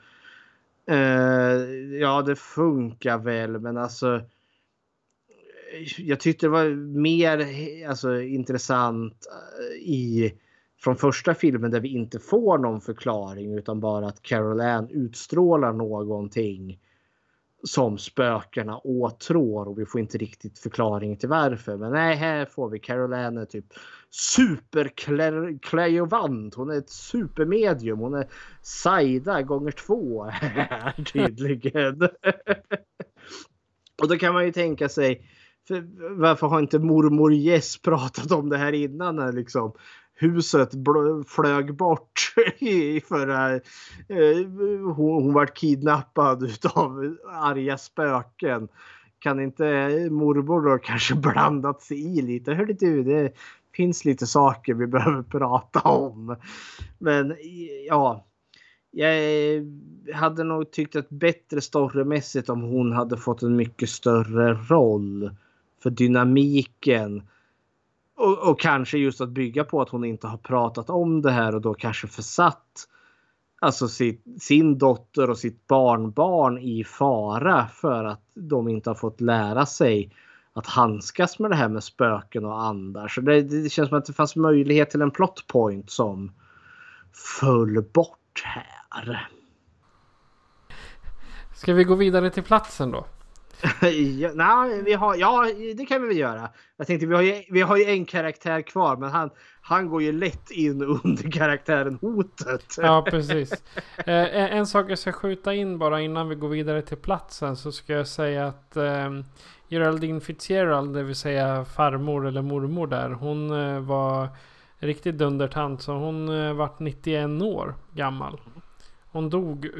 Ja, det funkar väl, men alltså jag tyckte det var mer intressant från första filmen där vi inte får någon förklaring utan bara att Carol Ann utstrålar någonting som spökerna åtrår och vi får inte riktigt förklaring till varför. Men nej, här får vi Carol Ann typ superklejovant. Hon är ett supermedium. Hon är Saida gånger 2 här tydligen. Och då kan man ju tänka sig, varför har inte mormor Jess pratat om det här innan när liksom huset flög bort i förra hon var kidnappad utav arga spöken. Kan inte mormor då kanske blandat sig i lite? Hörde du, det finns lite saker vi behöver prata om. Men ja, jag hade nog tyckt att bättre storymässigt om hon hade fått en mycket större roll för dynamiken. Och kanske just att bygga på att hon inte har pratat om det här och då kanske försatt alltså sin dotter och sitt barnbarn i fara för att de inte har fått lära sig att handskas med det här med spöken och andar. Så det känns som att det fanns möjlighet till en plot point som föll bort här. Ska vi gå vidare till platsen då? Nej, det kan vi väl göra. Jag tänkte vi har ju en karaktär kvar, men han går ju lätt in under karaktären Hotet. Ja, precis. En sak jag ska skjuta in bara innan vi går vidare till platsen, så ska jag säga att Geraldine Fitzgerald, det vill säga farmor eller mormor där, hon var riktigt dundertant, så hon var 91 år gammal. Hon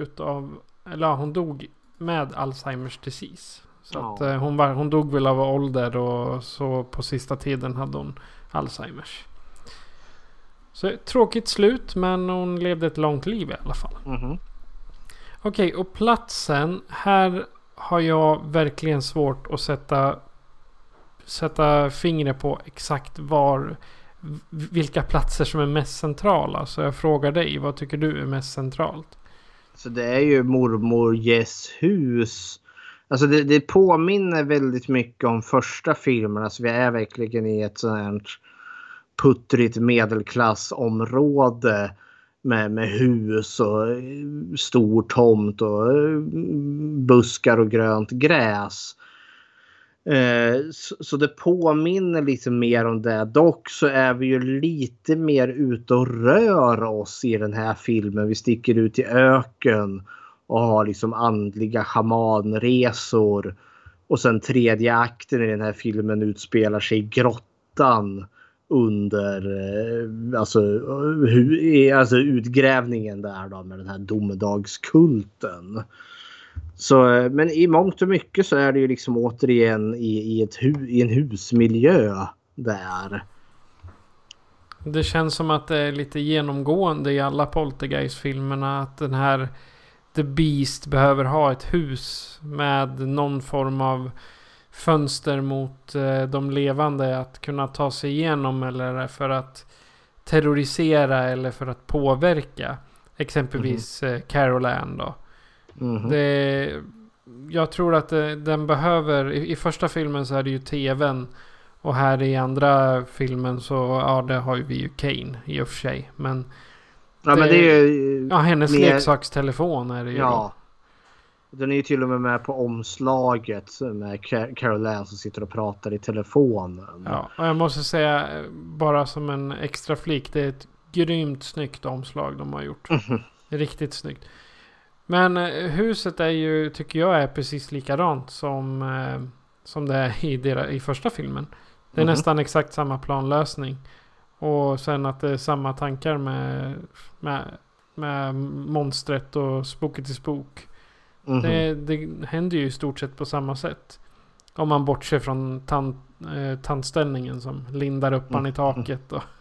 dog med Alzheimers disease. Så att hon dog väl av ålder och så på sista tiden hade hon Alzheimers. Så tråkigt slut, men hon levde ett långt liv i alla fall. Okej, och platsen här har jag verkligen svårt att sätta fingret på exakt vilka platser som är mest centrala. Så jag frågar dig, vad tycker du är mest centralt? Så det är ju mormor Jess hus. Alltså det påminner väldigt mycket om första filmen. Alltså vi är verkligen i ett sånt puttrigt medelklassområde med hus och stor tomt och buskar och grönt gräs. Så det påminner lite mer om det. Dock så är vi ju lite mer ute och rör oss i den här filmen. Vi sticker ut i öken och har liksom andliga schamanresor. Och sen tredje akten i den här filmen utspelar sig i grottan under alltså utgrävningen där då med den här domedagskulten. Så, men i mångt och mycket så är det ju liksom återigen i en husmiljö där. Det känns som att det är lite genomgående i alla Poltergeist-filmerna att den här The Beast behöver ha ett hus med någon form av fönster mot de levande att kunna ta sig igenom, eller för att terrorisera eller för att påverka exempelvis Carol Ann då. Jag tror att den behöver, i första filmen så är det ju tvn, och här i andra filmen så det har ju vi ju Kane i och för sig, men men det är ju hennes leksakstelefon är det ju då. Den är ju till och med på omslaget med Carol Ann som sitter och pratar i telefonen. Ja, och jag måste säga bara som en extra flik, det är ett grymt snyggt omslag de har gjort. Riktigt snyggt. Men huset är ju, tycker jag, är precis likadant som det är i första filmen. Det är nästan exakt samma planlösning. Och sen att det är samma tankar med monstret och Spooky till Spook. Det händer ju i stort sett på samma sätt. Om man bortser från tandställningen som lindar upp han i taket. Och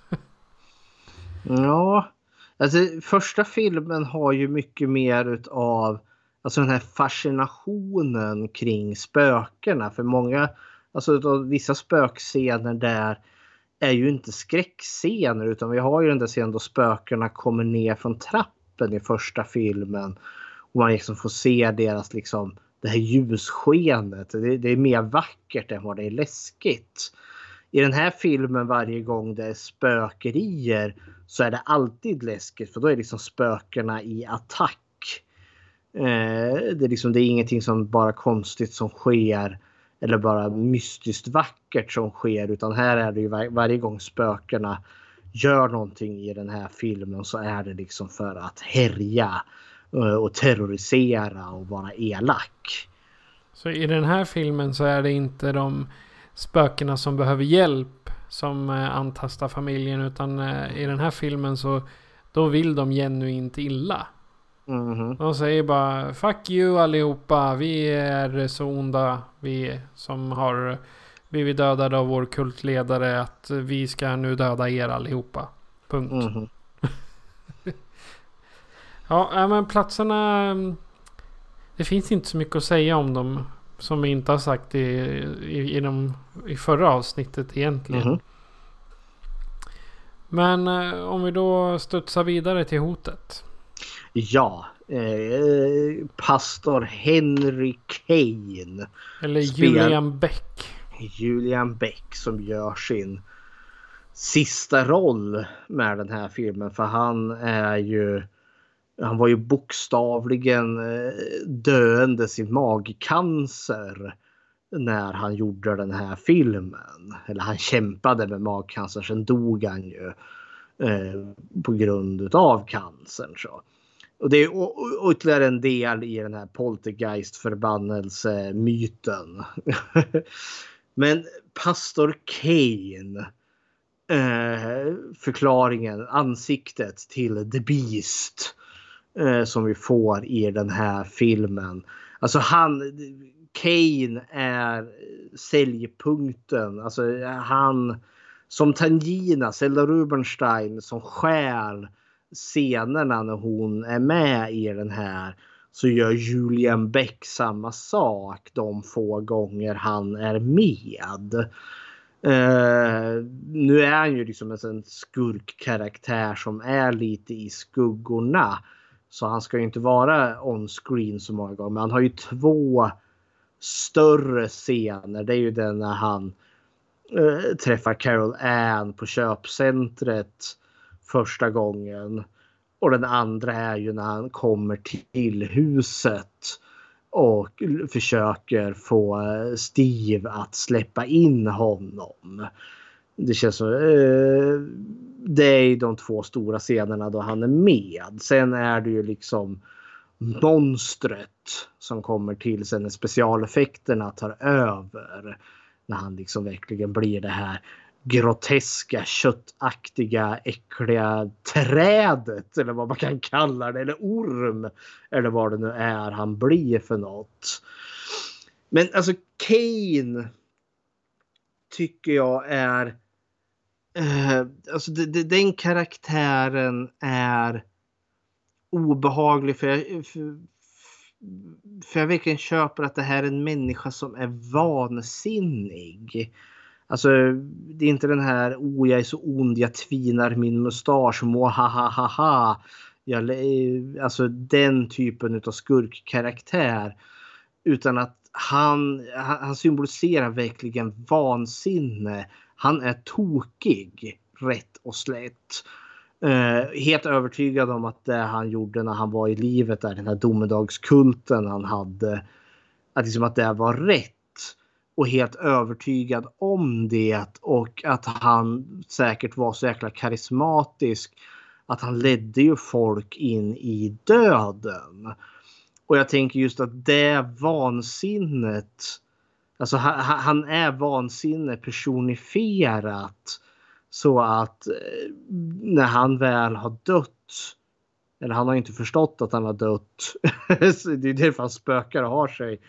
ja, alltså första filmen har ju mycket mer utav alltså den här fascinationen kring spökena. För många, alltså vissa spökscener där är ju inte skräckscener, utan vi har ju den där scenen då spökena kommer ner från trappen i första filmen. Och man liksom får se deras liksom det här ljusskenet. Det är mer vackert än vad det är läskigt. I den här filmen varje gång det är spökerier så är det alltid läskigt. För då är liksom spökena i attack. Det är ingenting som bara konstigt som sker. Eller bara mystiskt vackert som sker. Utan här är det ju varje gång spökena gör någonting i den här filmen så är det liksom för att härja och terrorisera och vara elak. Så i den här filmen så är det inte de spökena som behöver hjälp som antastar familjen, utan i den här filmen så då vill de genuint illa. De säger bara fuck you allihopa, vi är så onda, vi som har blivit dödade av vår kultledare, att vi ska nu döda er allihopa. Punkt. Ja, men platserna, det finns inte så mycket att säga om dem som vi inte har sagt i förra avsnittet egentligen. Men om vi då studsar vidare till hotet. Ja, pastor Henry Kane. Eller Julian Beck. Julian Beck som gör sin sista roll med den här filmen. För han var ju bokstavligen döendes i magcancer när han gjorde den här filmen. Eller han kämpade med magcancer, sen dog han ju på grund av cancern. Så. Och det är ytterligare en del i den här poltergeist-förbannelse-myten. Men pastor Kane, förklaringen, ansiktet till The Beast som vi får i den här filmen. Alltså Kane är säljpunkten. Alltså han som Tangina, Zelda Rubinstein, som stjäl scenerna när hon är med i den här, så gör Julian Beck samma sak de få gånger han är med. Nu är han ju liksom en skurkkaraktär som är lite i skuggorna, så han ska ju inte vara on screen så många gånger, men han har ju 2 större scener. Det är ju den när han träffar Carol Ann på köpcentret första gången, och den andra är ju när han kommer till huset och försöker få Steve att släppa in honom. Det känns som det är de 2 stora scenerna då han är med. Sen är det ju liksom monstret som kommer till sen när specialeffekterna tar över. När han liksom verkligen blir det här groteska, köttaktiga, äckliga trädet, eller vad man kan kalla det, eller orm, eller vad det nu är han blir för något. Men alltså Kane tycker jag är alltså den karaktären är obehaglig, för jag verkligen köper att det här är en människa som är vansinnig. Alltså det är inte den här jag är så ond, jag tvinar min mustasch, ha. Alltså den typen av skurkkaraktär, utan att han symboliserar verkligen vansinne. Han är tokig, rätt och slätt. Helt övertygad om att det han gjorde när han var i livet, där den här domedagskulten han hade, att det var rätt. Och helt övertygad om det, och att han säkert var så jäkla karismatisk att han ledde ju folk in i döden. Och jag tänker just att det vansinnet, alltså han är vansinne personifierat, så att när han väl har dött, eller han har inte förstått att han har dött, det är därför han spökar och har sig.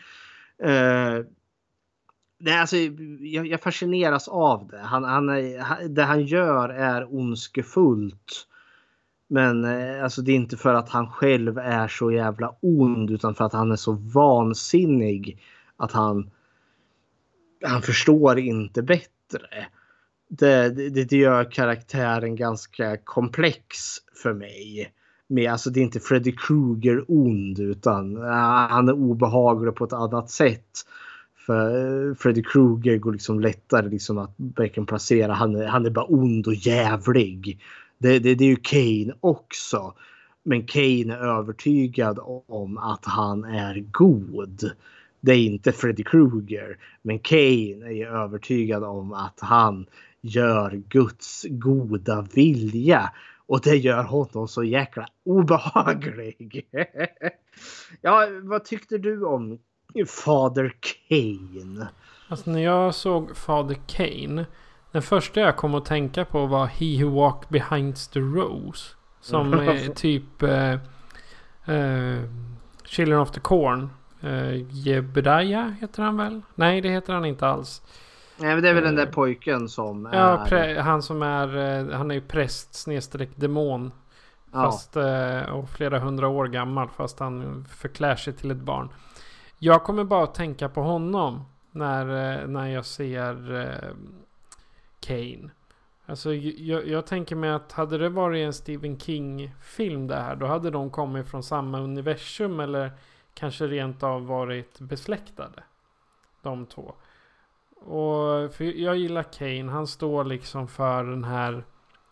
Alltså, jag fascineras av det. Det han gör är ondskefullt. Men alltså, det är inte för att han själv är så jävla ond, utan för att han är så vansinnig att han förstår inte bättre. Det gör karaktären ganska komplex för mig. Men alltså, det är inte Freddy Krueger ond, utan han är obehaglig på ett annat sätt. För Freddy Krueger går liksom lättare liksom att verkligen placera. Han är bara ond och jävlig. Det är ju Kane också. Men Kane är övertygad om att han är god. Det är inte Freddy Krueger. Men Kane är övertygad om att han gör Guds goda vilja. Och det gör honom så jäkla obehaglig. Ja, vad tyckte du om Father Kane? Alltså när jag såg Father Kane, den första jag kom att tänka på var He Who Walked Behind the Rose. Som är typ Children of the Corn. Jebediah heter han väl? Nej, det heter han inte alls. Nej, men det är väl den där pojken som ja, han som är han är ju präst / demon. Fast och flera 100 år gammal, fast han förklär sig till ett barn. Jag kommer bara att tänka på honom när jag ser Kane. Alltså jag tänker mig att hade det varit en Stephen King-film det här, då hade de kommit från samma universum, eller kanske rent av varit besläktade, de två. Och för jag gillar Kane. Han står liksom för den här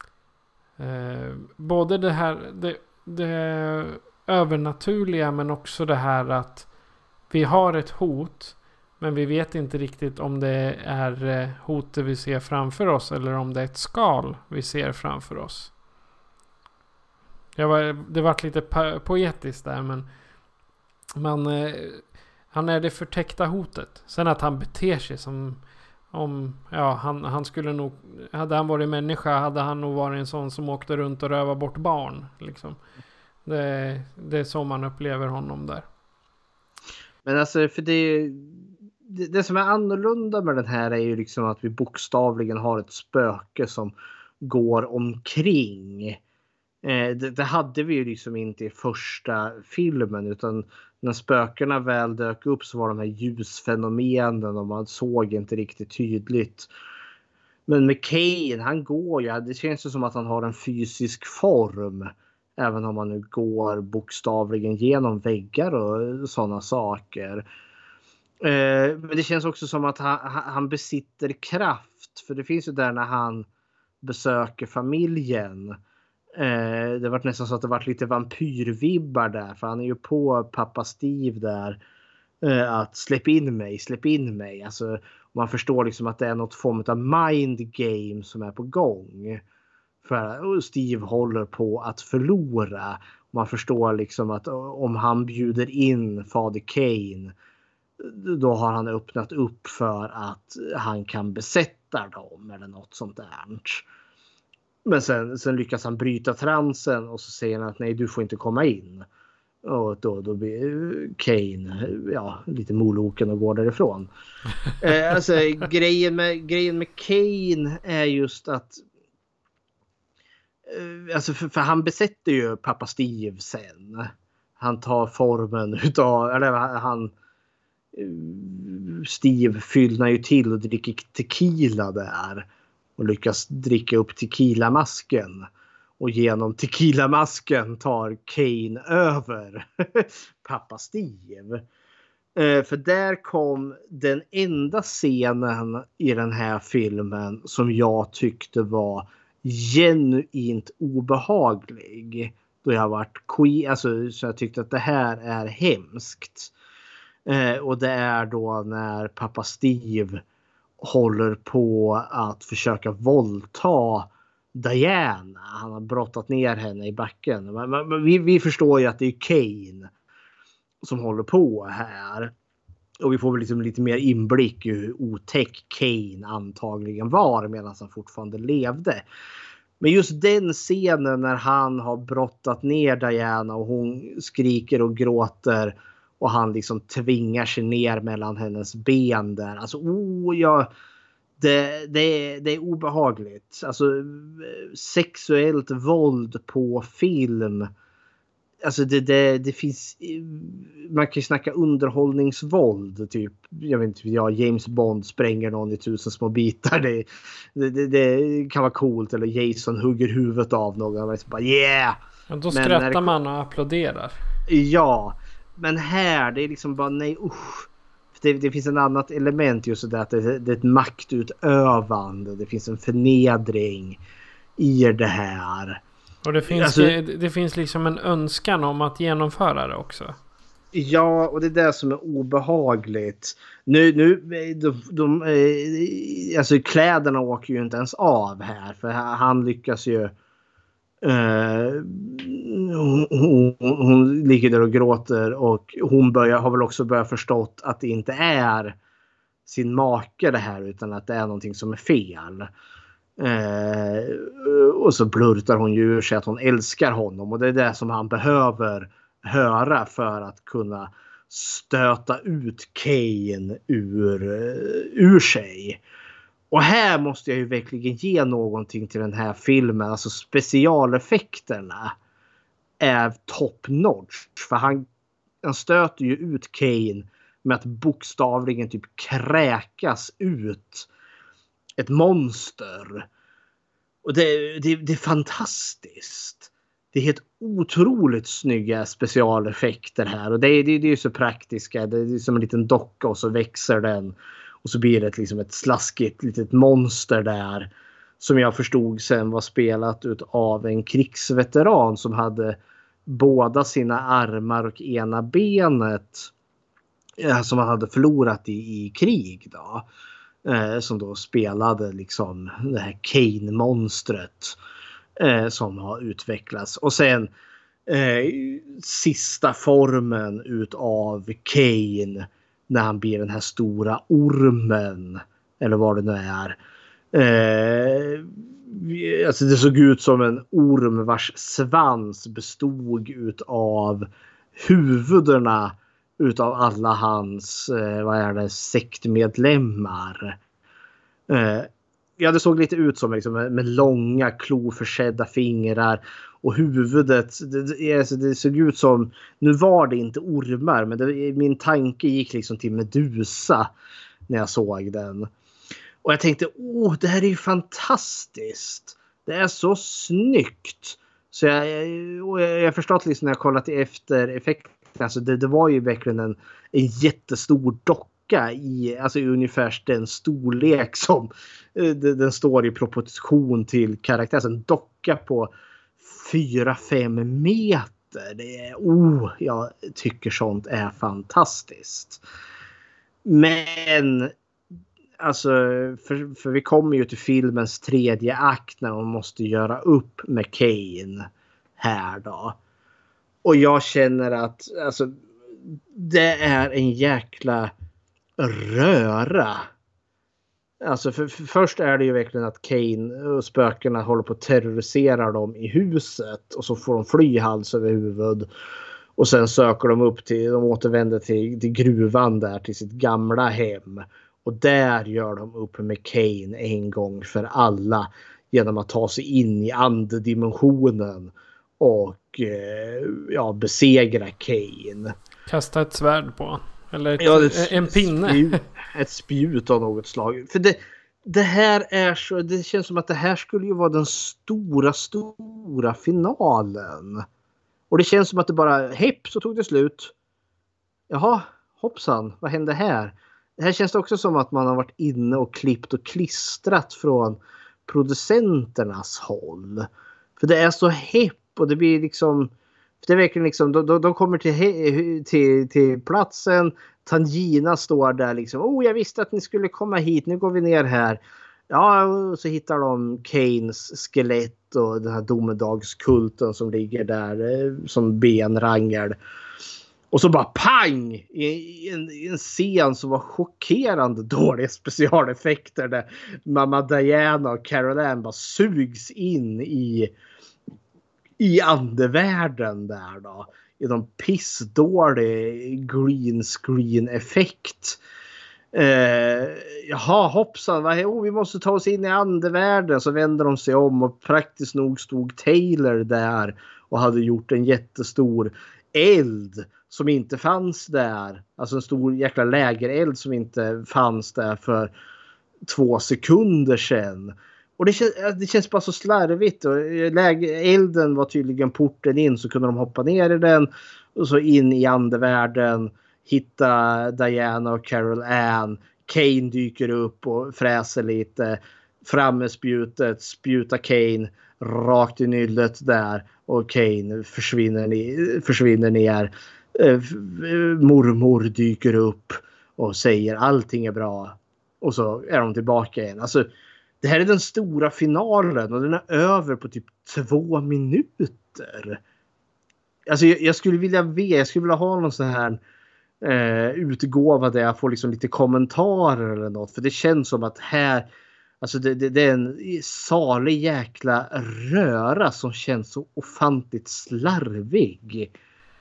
både det här det övernaturliga, men också det här att vi har ett hot, men vi vet inte riktigt om det är hotet vi ser framför oss eller om det är ett skal vi ser framför oss. Det var lite poetiskt där, men han är det förtäckta hotet. Sen att han beter sig som om han skulle nog, hade han varit människa hade han nog varit en sån som åkte runt och röva bort barn liksom. Det är så man upplever honom där. Men alltså, för det som är annorlunda med den här är ju liksom att vi bokstavligen har ett spöke som går omkring. Det hade vi ju liksom inte i första filmen, utan när spökena väl dök upp så var de här ljusfenomenen och man såg inte riktigt tydligt. Men med Kane, han går ju, det känns ju som att han har en fysisk form, även om man nu går bokstavligen genom väggar och sådana saker. Men det känns också som att han besitter kraft, för det finns ju där när han besöker familjen. Det var nästan så att det var lite vampyrvibbar där, för han är ju på pappa Steve där att släpp in mig. Alltså, man förstår liksom att det är något form av mind game som är på gång, för Steve håller på att förlora. Man förstår liksom att om han bjuder in Father Kane, då har han öppnat upp för att han kan besätta dem eller något sånt där. Men sen lyckas han bryta transen och så säger han att nej, du får inte komma in. Och då blir Kane lite moloken och går därifrån. Alltså grejen med Kane är just att alltså för han besätter ju pappa Steve sen. Han tar formen utav, eller han Steve fyllnar ju till och dricker tequila där. Och lyckas dricka upp tequila-masken. Och genom tequila-masken tar Kane över pappa Steve. För där kom den enda scenen i den här filmen som jag tyckte var genuint obehaglig. Då jag varit så jag tyckte att det här är hemskt. Och det är då när pappa Steve håller på att försöka våldta Diana. Han har brottat ner henne i backen. Men vi förstår ju att det är Kane. som håller på här. Och vi får väl liksom lite mer inblick i hur otäck Kane antagligen var medan han fortfarande levde. Men just den scenen när han har brottat ner Diana och hon skriker och gråter och han liksom tvingar sig ner mellan hennes ben där. Alltså, det är obehagligt. Alltså, sexuellt våld på film. Alltså det finns, man kan ju snacka underhållningsvåld typ, jag vet inte, James Bond spränger någon i 1000 små bitar, det kan vara coolt, eller Jason hugger huvudet av någon och bara yeah. Ja, då skrattar man och applåderar. Ja, men här det är liksom bara nej usch. Det finns en annat element just det att det är ett maktutövande, det finns en förnedring i det här. Och det finns liksom en önskan om att genomföra det också. Ja, och det är det som är obehagligt. Alltså kläderna åker ju inte ens av här. För han lyckas ju... hon ligger där och gråter. Och hon har väl också börjat förstått att det inte är sin make det här. Utan att det är någonting som är fel. Och så blurtar hon ju ur sig att hon älskar honom. Och det är det som han behöver höra för att kunna stöta ut Kane ur sig. Och här måste jag ju verkligen ge någonting till den här filmen. Alltså specialeffekterna är top notch. För han stöter ju ut Kane med att bokstavligen typ kräkas ut ett monster. Och det är fantastiskt. Det är helt otroligt snygga specialeffekter här. Och det är ju så praktiska. Det är som en liten docka och så växer den. Och så blir det liksom ett slaskigt litet monster där. Som jag förstod sen var spelat av en krigsveteran som hade båda sina armar och ena benet. Som han hade förlorat i krig då. Som då spelade liksom det här Kane-monstret som har utvecklats. Och sen sista formen utav Kane när han blir den här stora ormen eller vad det nu är. Alltså det såg ut som en orm vars svans bestod utav huvudena utav alla hans sektmedlemmar. Ja, det såg lite ut som liksom, med långa kloförsedda fingrar och huvudet det såg ut som, nu var det inte ormar men min tanke gick liksom till Medusa när jag såg den. Och jag tänkte, det här är ju fantastiskt. Det är så snyggt. Så jag förstått liksom när jag kollat efter effekterna. Alltså det var ju verkligen en jättestor docka i ungefär den storlek som den står i proportion till karaktären. Alltså en docka på 4-5 meter. Det är, jag tycker sånt är fantastiskt. Men alltså, för vi kommer ju till filmens tredje akt när man måste göra upp med Kane här då. Och jag känner att alltså, det är en jäkla röra. Alltså först är det ju verkligen att Kane och spökena håller på att terrorisera dem i huset. Och så får de fly hals över huvud. Och sen söker de återvänder till gruvan där till sitt gamla hem. Och där gör de upp med Kane en gång för alla. Genom att ta sig in i andedimensionen. Och besegra Kane. Kasta ett svärd på. Eller en pinne. Ett spjut av något slag. För det här är så. Det känns som att det här skulle ju vara den stora finalen. Och det känns som att det bara så tog det slut. Jaha, hoppsan, vad hände här? Det här känns också som att man har varit inne och klippt och klistrat från producenternas håll. För det är så och det blir liksom, det är verkligen liksom, de kommer till platsen. Tangina står där liksom, jag visste att ni skulle komma hit, nu går vi ner här. Ja, och så hittar de Kanes skelett och den här domedagskulten som ligger där som benrangel. Och så bara pang i en scen som var chockerande dåliga specialeffekter där mamma Diana och Carol Ann bara sugs in i andevärlden där då. I någon pissdålig green screen effekt. Jaha, hoppsan, vi måste ta oss in i andevärlden. Så vänder de sig om och praktiskt nog stod Taylor där och hade gjort en jättestor eld som inte fanns där. Alltså en stor jäkla lägereld som inte fanns där för 2 sekunder sedan. Och det känns bara så slarvigt. Och elden var tydligen porten in, så kunde de hoppa ner i den och så in i andevärlden, hitta Diana och Carol Ann. Kane dyker upp och fräser lite. Fram med spjutet, spjuta Kane rakt i nyllet där. Och Kane försvinner ner. Mormor dyker upp och säger allting är bra. Och så är de tillbaka igen. Alltså, det här är den stora finalen och den är över på typ 2 minuter. Alltså jag skulle vilja ha någon sån här utgåva där jag får liksom lite kommentarer eller något. För det känns som att här, alltså det är en salig jäkla röra som känns så ofantligt slarvig.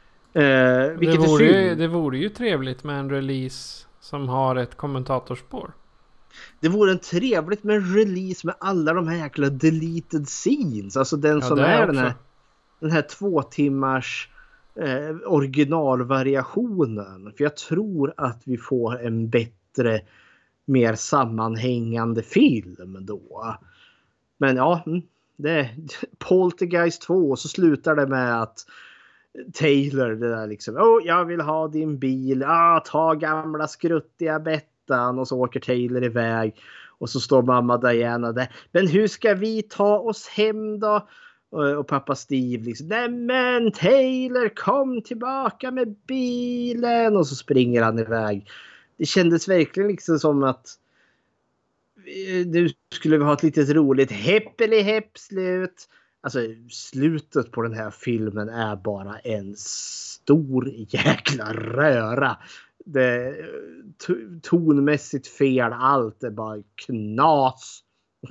Det vore ju trevligt med en release som har ett kommentatorspår. Det vore en trevligt med en release med alla de här jäkla deleted scenes. Alltså den som är den här 2 timmars originalvariationen. För jag tror att vi får en bättre, mer sammanhängande film då. Men ja, det är Poltergeist 2 och så slutar det med att Taylor det där liksom, jag vill ha din bil, ta gamla skruttiga Bettan, och så åker Taylor iväg och så står mamma Diana där, men hur ska vi ta oss hem då? Och pappa Steve liksom, nej men Taylor, kom tillbaka med bilen, och så springer han iväg. Det kändes verkligen liksom som att du skulle ha ett litet roligt heppeli-hepp slut. Alltså slutet på den här filmen är bara en stor jäkla röra. Det är tonmässigt fel, allt är bara knas.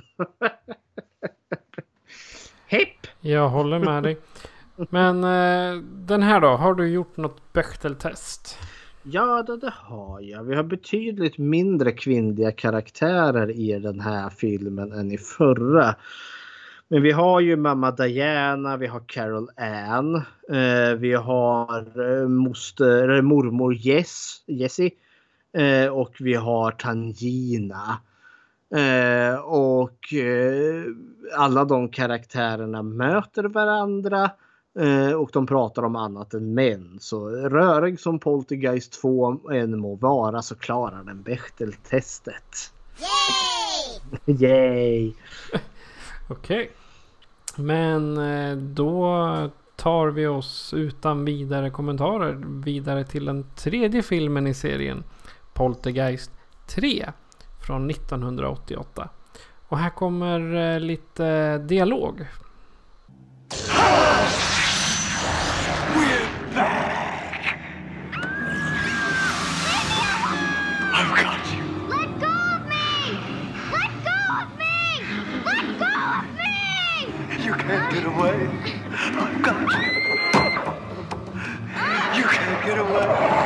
Hepp! Jag håller med dig. Men den här då, har du gjort något Bechdel-test? Ja, det har jag. Vi har betydligt mindre kvinnliga karaktärer i den här filmen än i förra. Men vi har ju mamma Diana, vi har Carol Ann, vi har mormor Jessie och vi har Tangina. Och alla de karaktärerna möter varandra och de pratar om annat än män. Så rörig som Poltergeist 2 än må vara, så klarar den Bechdel-testet. Yay! Yay! Okej. Men då tar vi oss utan vidare kommentarer vidare till den 3:e filmen i serien, Poltergeist 3 från 1988. Och här kommer lite dialog. We're back! I've got you. Let go of me! Let go of me! Let go of me! You can't get away. I've got you. You can't get away.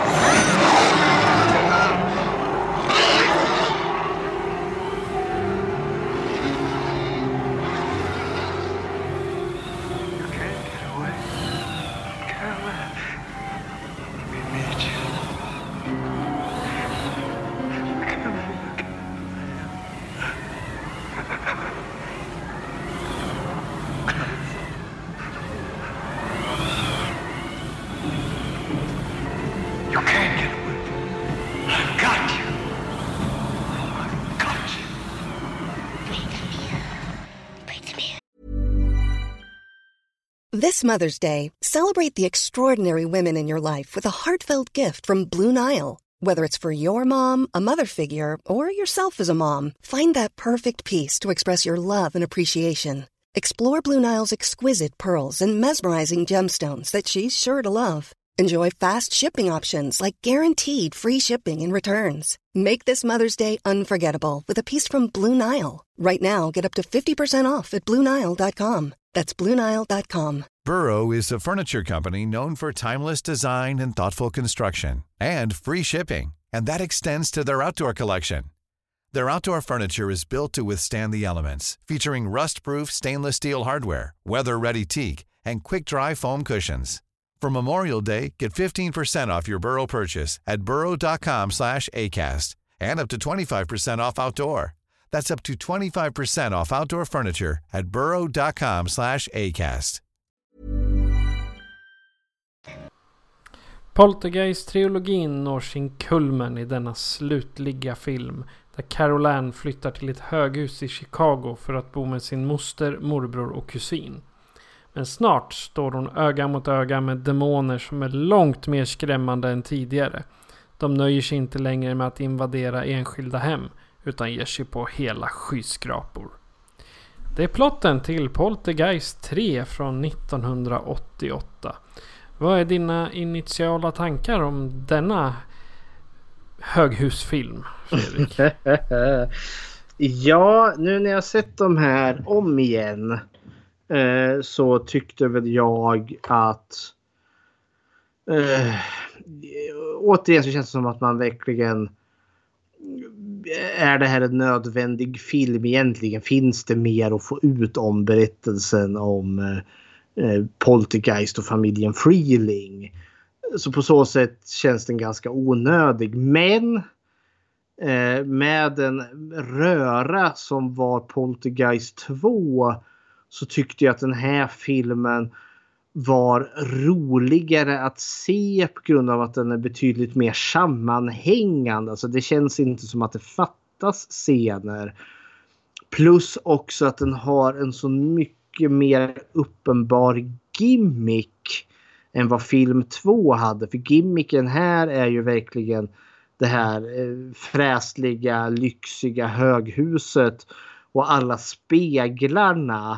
This Mother's Day, celebrate the extraordinary women in your life with a heartfelt gift from Blue Nile. Whether it's for your mom, a mother figure, or yourself as a mom, find that perfect piece to express your love and appreciation. Explore Blue Nile's exquisite pearls and mesmerizing gemstones that she's sure to love. Enjoy fast shipping options like guaranteed free shipping and returns. Make this Mother's Day unforgettable with a piece from Blue Nile. Right now, get up to 50% off at BlueNile.com. That's BlueNile.com. Burrow is a furniture company known for timeless design and thoughtful construction, and free shipping, and that extends to their outdoor collection. Their outdoor furniture is built to withstand the elements, featuring rust-proof stainless steel hardware, weather-ready teak, and quick-dry foam cushions. For Memorial Day, get 15% off your Burrow purchase at burrow.com/acast, and up to 25% off outdoor. That's up to 25% off outdoor furniture at burrow.com/acast. Poltergeist-trilogin når sin kulmen i denna slutliga film, där Carol Ann flyttar till ett höghus i Chicago för att bo med sin moster, morbror och kusin. Men snart står hon öga mot öga med demoner som är långt mer skrämmande än tidigare. De nöjer sig inte längre med att invadera enskilda hem, utan ger sig på hela skyskrapor. Det är plotten till Poltergeist 3 från 1988. Vad är dina initiala tankar om denna höghusfilm, Fredrik? Ja, nu när jag sett de här om igen så tyckte väl jag att återigen så känns det som att man verkligen är det här en nödvändig film egentligen? Finns det mer att få ut om berättelsen om Poltergeist och familjen Freeling? Så på så sätt känns den ganska onödig. Men med en röra som var Poltergeist 2 så tyckte jag att den här filmen var roligare att se på grund av att den är betydligt mer sammanhängande. Alltså det känns inte som att det fattas scener. Plus också att den har en så mycket mer uppenbar gimmick än vad film 2 hade. För gimmicken här är ju verkligen det här fräsliga, lyxiga höghuset och alla speglarna.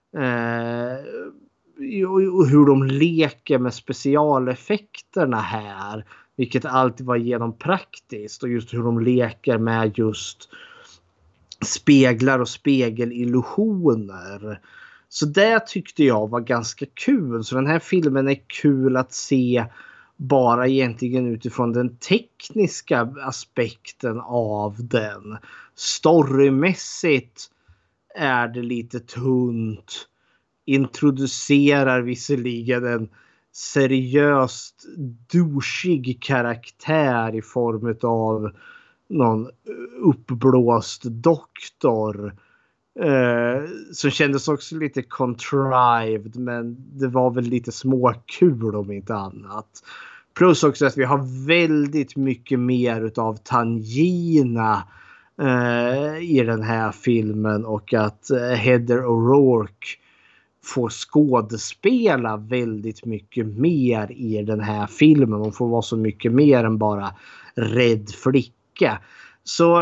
Och hur de leker med specialeffekterna här. Vilket alltid var genom praktiskt. Och just hur de leker med just speglar och spegelillusioner. Så det tyckte jag var ganska kul. Så den här filmen är kul att se bara egentligen utifrån den tekniska aspekten av den. Storymässigt är det lite tunt. Introducerar visserligen en seriöst douchig karaktär i form av någon uppblåst doktor. Som kändes också lite contrived, men det var väl lite småkul om inte annat. Plus också att vi har väldigt mycket mer utav Tangina i den här filmen, och att Heather O'Rourke får skådespela väldigt mycket mer i den här filmen. Hon får vara så mycket mer än bara rädd flicka. Så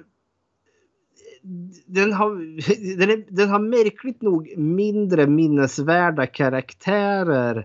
den har märkligt nog mindre minnesvärda karaktärer,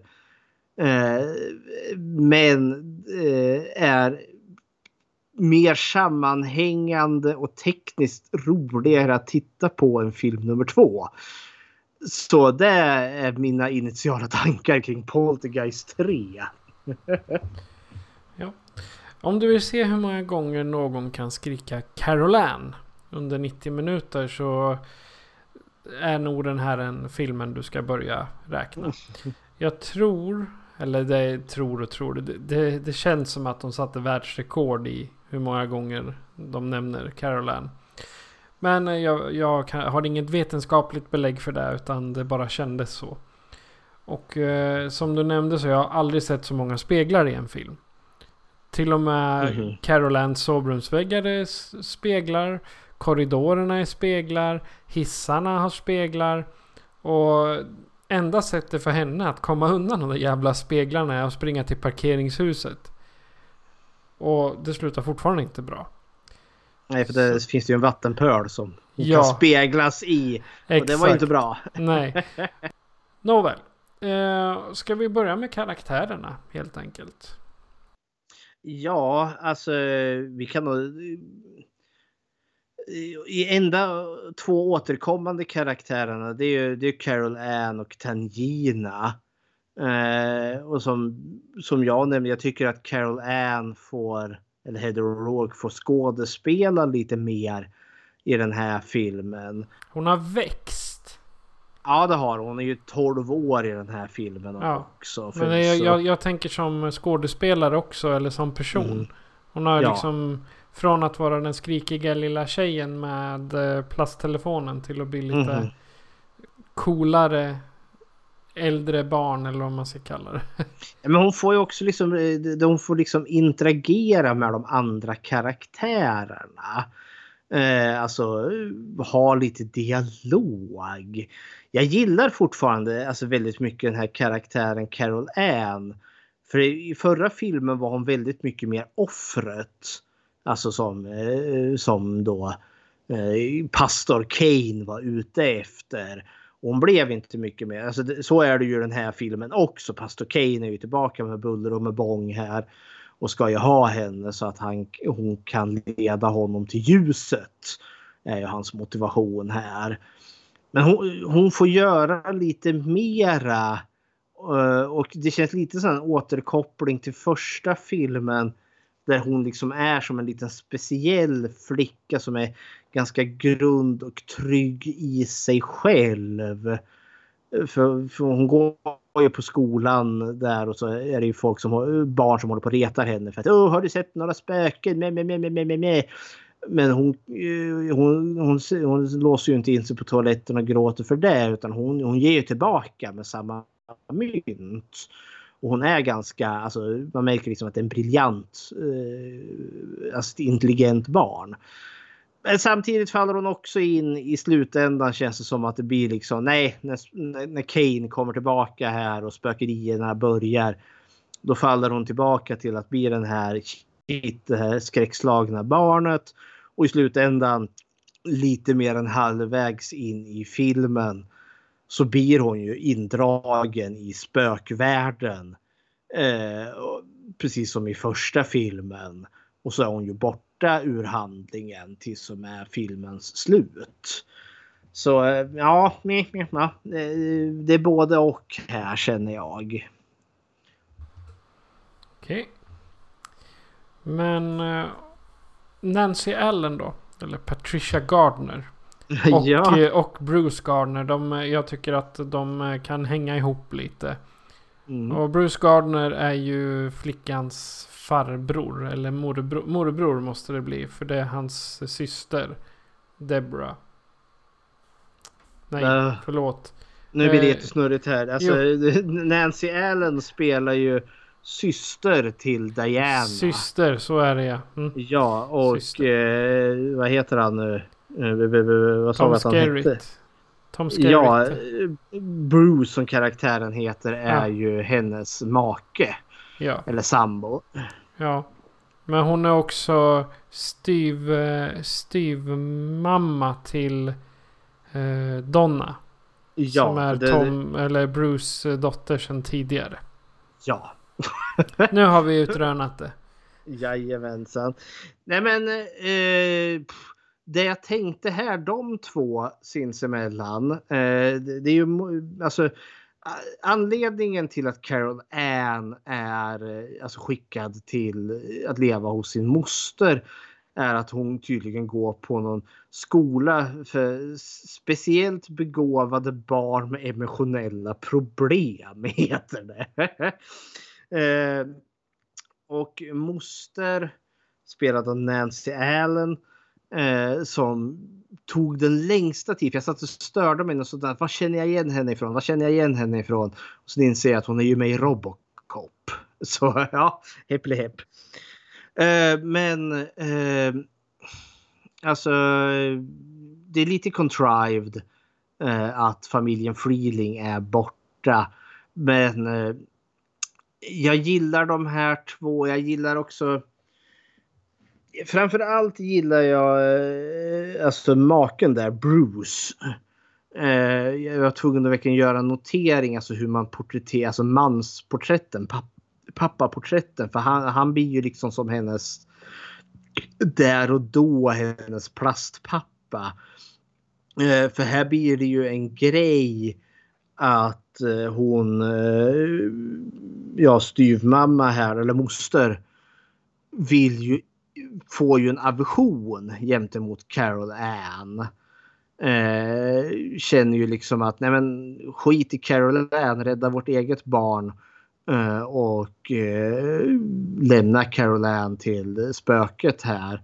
men är mer sammanhängande och tekniskt roligare att titta på än film nummer 2. Så det är mina initiala tankar kring Poltergeist 3. Ja. Om du vill se hur många gånger någon kan skrika Carol Ann under 90 minuter, så är nog den här en filmen du ska börja räkna. Jag tror, eller det tror, det känns som att de satte världsrekord i hur många gånger de nämner Carol Ann. Men jag har inget vetenskapligt belägg för det, utan det bara kändes så. Och som du nämnde så har jag aldrig sett så många speglar i en film. Till och med Carol Anns sovrumsväggar är speglar. Korridorerna är speglar. Hissarna har speglar. Och enda sättet för henne att komma undan de där jävla speglarna är att springa till parkeringshuset. Och det slutar fortfarande inte bra. Nej, för det finns ju en vattenpöl som kan speglas i. Och det var inte bra. Nej. Nåväl. Ska vi börja med karaktärerna helt enkelt? Ja, alltså vi kan nog... I enda 2 återkommande karaktärerna, det är Carol Ann och Tangina. Och som jag nämnde, jag tycker att Carol Ann eller Heather O'Rourke får skådespela lite mer i den här filmen. Hon har växt. Ja, det har hon. Hon är ju 12 år i den här filmen också. Men jag tänker som skådespelare också, eller som person. Hon har liksom från att vara den skrikiga lilla tjejen med plasttelefonen till att bli lite coolare äldre barn, eller vad man ska kalla det. Men hon får ju också liksom interagera med de andra karaktärerna. Alltså ha lite dialog. Jag gillar fortfarande alltså väldigt mycket den här karaktären Carol Ann. För i förra filmen var hon väldigt mycket mer offret. Alltså som då pastor Kane var ute efter. Hon blev inte mycket mer. Alltså så är det ju i den här filmen också. Pastor Kane är ju tillbaka med buller och med bång här. Och ska ju ha henne så att hon kan leda honom till ljuset. Är ju hans motivation här. Men hon får göra lite mera. Och det känns lite som en återkoppling till första filmen. Där hon liksom är som en liten speciell flicka som är ganska grund och trygg i sig själv. För hon går ju på skolan där och så är det ju barn som håller på att reta henne för att har du sett några spöken? Men hon låser ju inte in sig på toaletten och gråter för det, utan hon ger ju tillbaka med samma mynt. Och hon är ganska, alltså man märker liksom att det är en briljant, alltså intelligent barn. Men samtidigt faller hon också in i slutändan, känns det som att det blir liksom, när Kane kommer tillbaka här och spökerierna börjar, då faller hon tillbaka till att bli det här skräckslagna barnet. Och i slutändan, lite mer än halvvägs in i filmen, så blir hon ju indragen i spökvärlden. Precis som i första filmen. Och så är hon ju borta ur handlingen tills som är filmens slut. Så det är både och här, känner jag. Okej. Men Nancy Allen då? Eller Patricia Gardner. Och Bruce Gardner. Jag tycker att de kan hänga ihop lite. Och Bruce Gardner är ju flickans farbror. Eller morbror måste det bli. För det är hans syster Deborah. Nej, förlåt. Nu blir det jättesnurrigt här. Alltså, Nancy Allen spelar ju syster till Diana. Syster, så är det ja. Ja, och vad heter han nu? Tom Skerritt. Ja, Bruce som karaktären heter är ju hennes make. Ja. Eller sambo. Ja. Men hon är också styvmamma till Donna. Ja, som är Tom eller Bruce dotter sedan tidigare. Ja. Nu har vi utrönat det. Jajamensan. Nej men det jag tänkte här, de två sinsemellan, det är ju alltså anledningen till att Carol Ann är alltså skickad till att leva hos sin moster är att hon tydligen går på någon skola för speciellt begåvade barn med emotionella problem, heter det. Och moster spelad av Nancy Allen, som tog den längsta tid. Jag satt och störde mig och sådär. Vad känner jag igen henne ifrån? Och så inser jag att hon är ju med i Robocop. Så ja, hepp. Men alltså det är lite contrived att familjen Freeling är borta. Men jag gillar de här två. Jag gillar också, framförallt gillar jag alltså maken där, Bruce. Jag var tvungen att verkligen göra en notering, alltså hur man porträtterar, alltså mansporträtten, pappaporträtten, för han blir ju liksom som hennes där och då hennes plastpappa. För här blir det ju en grej att hon styvmamma här, eller moster, får ju en aversion gentemot Carol Ann. Känner ju liksom att nej men skit i Carol Ann, rädda vårt eget barn och lämna Carol Ann till spöket här.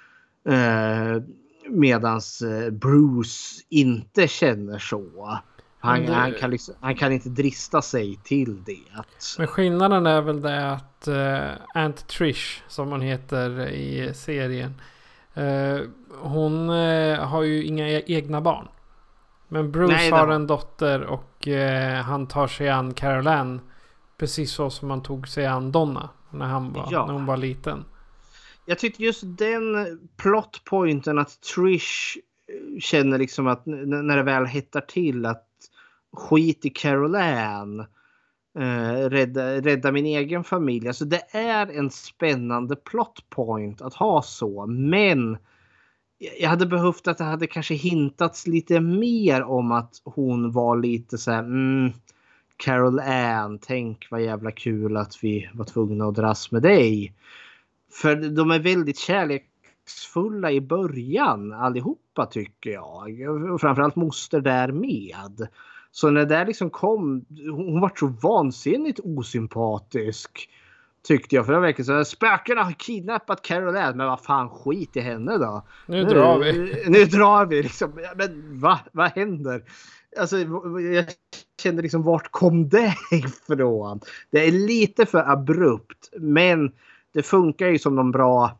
Medans Bruce inte känner så. Han kan inte drista sig till det. Men skillnaden är väl det att Aunt Trish, som hon heter i serien, hon har ju inga egna barn. Men Bruce har en dotter och han tar sig an Carol Ann precis så som man tog sig an Donna när hon var liten. Jag tyckte just den plotpointen att Trish känner liksom att när det väl hettar till att skit i Carol Ann, rädda min egen familj. Alltså det är en spännande plotpoint att ha så. Men jag hade behövt att det hade kanske hintats lite mer om att hon var lite så här, Carol Ann, tänk vad jävla kul att vi var tvungna att dras med dig. För de är väldigt kärleksfulla i början allihopa, tycker jag. Och framförallt moster där med. Så när det liksom kom, hon var så vansinnigt osympatisk, tyckte jag. För det var verkligen så, spökarna har kidnappat Carol Ann, men vad fan, skit i henne då. Nu drar Nu drar vi liksom. Men vad händer? Alltså jag kände liksom, vart kom det ifrån? Det är lite för abrupt, men det funkar ju som någon bra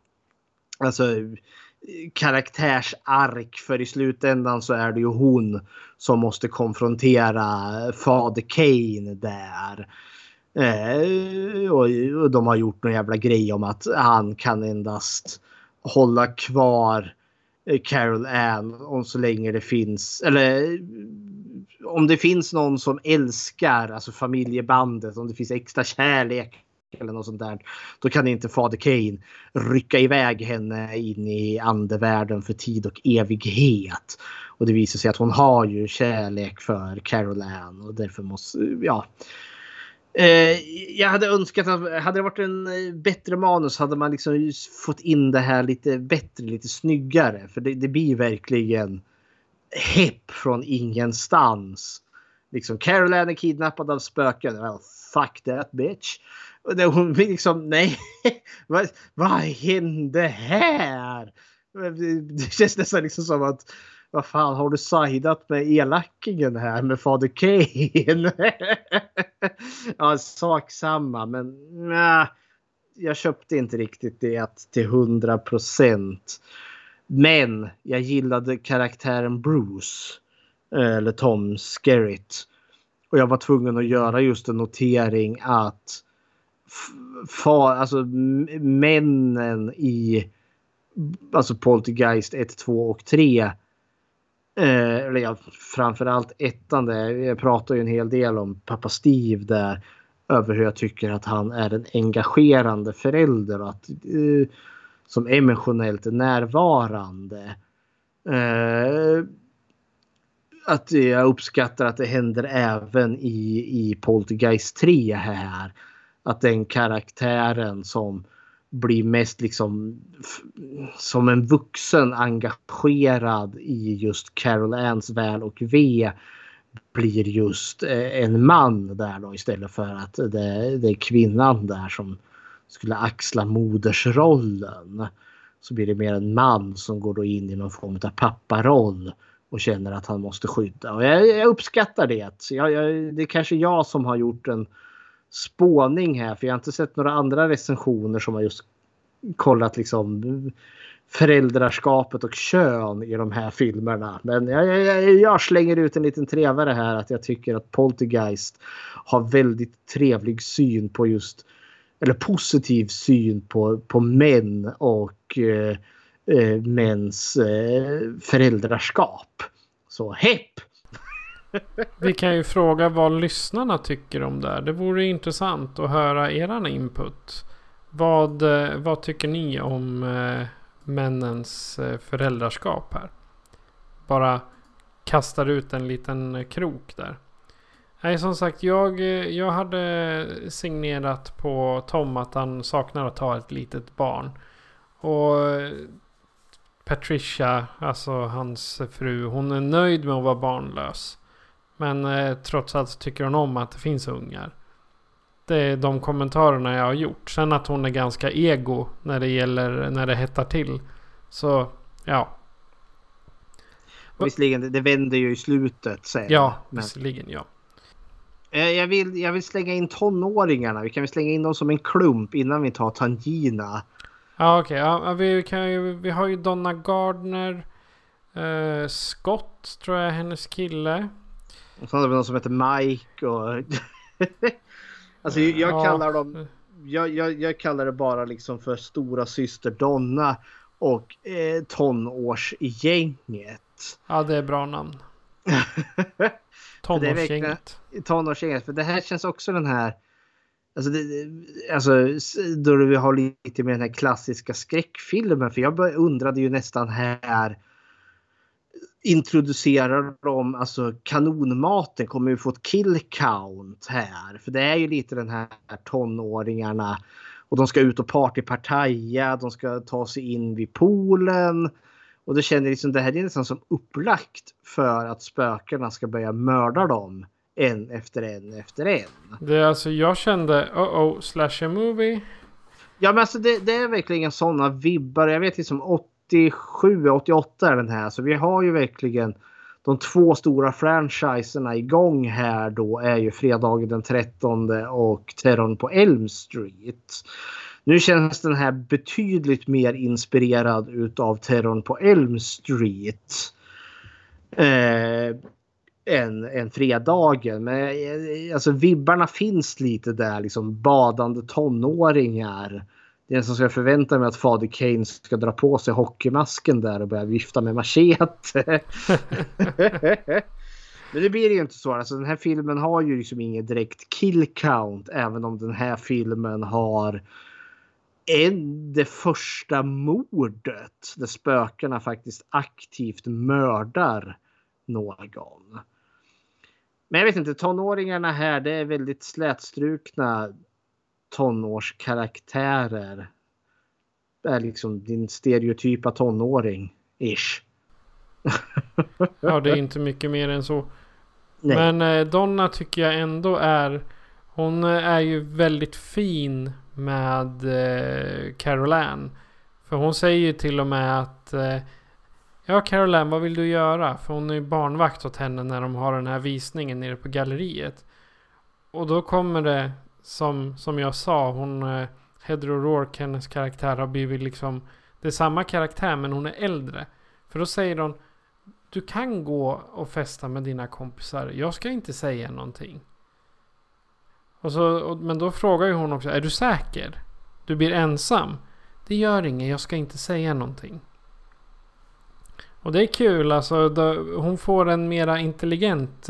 karaktärsark, för i slutändan så är det ju hon som måste konfrontera fader Kane där. Och de har gjort någon jävla grej om att han kan endast hålla kvar Carol Ann om så länge det finns, eller om det finns någon som älskar, alltså familjebandet, om det finns extra kärlek eller något sånt där, då kan inte fader Kane rycka iväg henne in i andevärlden för tid och evighet. Och det visar sig att hon har ju kärlek för Carol Ann, och därför måste, jag hade önskat att hade det varit en bättre manus hade man liksom fått in det här lite bättre, lite snyggare, för det blir verkligen hepp från ingenstans. Liksom Carol Ann är kidnappad av spöken. Well, fuck that bitch. Och det, hon liksom, nej, vad hände här? Det känns nästan liksom som att, vad fan, har du sidat med elakingen här med fader Kane? Ja, sak samma, men jag köpte inte riktigt det till 100%. Men jag gillade karaktären Bruce, eller Tom Skerritt. Och jag var tvungen att göra just en notering att männen i Poltergeist 1, 2 och 3, eller framförallt ettan där, jag pratar ju en hel del om pappa Steve där, över hur jag tycker att han är en engagerande förälder och att som emotionellt närvarande. Att jag uppskattar att det händer även i Poltergeist 3 här. Att den karaktären som blir mest liksom som en vuxen engagerad i just Carol Anns väl och ve blir just en man där då, istället för att det är kvinnan där som skulle axla modersrollen. Så blir det mer en man som går då in i någon form av papparoll och känner att han måste skydda. Och jag uppskattar det. Det är kanske jag som har gjort en spåning här, för jag har inte sett några andra recensioner som har just kollat liksom föräldraskapet och kön i de här filmerna. Men jag slänger ut en liten trevare här, att jag tycker att Poltergeist har väldigt trevlig syn på just, eller positiv syn på män och mäns föräldraskap. Så hepp! Vi kan ju fråga vad lyssnarna tycker om det här. Det vore intressant att höra eran input. Vad tycker ni om männens föräldraskap här? Bara kastar ut en liten krok där. Nej, som sagt, jag hade signerat på Tom att han saknar att ha ett litet barn. Och Patricia, alltså hans fru, hon är nöjd med att vara barnlös. Men trots allt tycker hon om att det finns ungar. Det är de kommentarerna jag har gjort. Sen att hon är ganska ego när det hettar till. Så, ja. Visserligen, det vänder ju i slutet sen. Ja, visserligen, ja. Jag vill slänga in tonåringarna. Vi kan väl slänga in dem som en klump innan vi tar Tangina. Ja, okej. Ja, vi har ju Donna Gardner. Scott, tror jag, hennes kille. Och så har vi någon som heter Mike. Och alltså jag kallar dem... Jag kallar det bara liksom för stora syster Donna och tonårsgänget. Ja, det är bra namn. Tonårsgänget. Tonårsgänget. För det här känns också den här... Alltså då vi har lite med den här klassiska skräckfilmen. För jag undrade ju nästan här... Introducerar de alltså kanonmaten, kommer vi få ett kill count här, för det är ju lite den här tonåringarna och de ska ut och partaja, de ska ta sig in vid poolen och det känner liksom det här är nästan som upplagt för att spökarna ska börja mörda dem en efter en. Det är alltså jag kände slasher movie. Ja, men alltså det är verkligen sådana vibbar. Jag vet liksom 87-88 är den här. Så vi har ju verkligen de två stora franchiserna igång här då är ju Fredagen den 13 och Terrorn på Elm Street. Nu känns den här betydligt mer inspirerad utav Terrorn på Elm Street än Fredagen. Men alltså vibbarna finns lite där, liksom badande tonåringar. Det är som ska förvänta mig att Fader Kane ska dra på sig hockeymasken där och börja vifta med machete. Men det blir ju inte så. Alltså, den här filmen har ju liksom ingen direkt kill count. Även om den här filmen har det första mordet. Där spökarna faktiskt aktivt mördar någon. Men jag vet inte, tonåringarna här, det är väldigt slätstrukna tonårskaraktärer. Det är liksom din stereotypa tonåring ish. Ja, det är inte mycket mer än så. Nej. Men Donna tycker jag ändå hon är ju väldigt fin med Carol Ann. För hon säger ju till och med att ja, Carol Ann, vad vill du göra? För hon är ju barnvakt åt henne när de har den här visningen nere på galleriet. Och då kommer det som jag sa, Heather O'Rourke, hennes karaktär har blivit liksom, det är samma karaktär men hon är äldre. För då säger hon, du kan gå och festa med dina kompisar, jag ska inte säga någonting. Men då frågar ju hon också, är du säker? Du blir ensam? Det gör inget, jag ska inte säga någonting. Och det är kul, alltså hon får en mera intelligent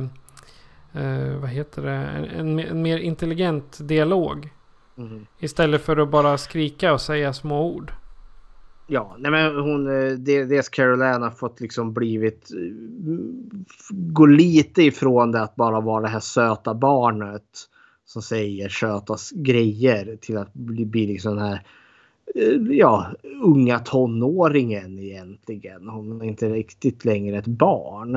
en mer intelligent dialog. Istället för att bara skrika och säga små ord. Ja, nej men dels Carol Ann har fått liksom blivit gå lite ifrån det att bara vara det här söta barnet som säger söta grejer till att bli liksom den här unga tonåringen egentligen. Hon är inte riktigt längre ett barn.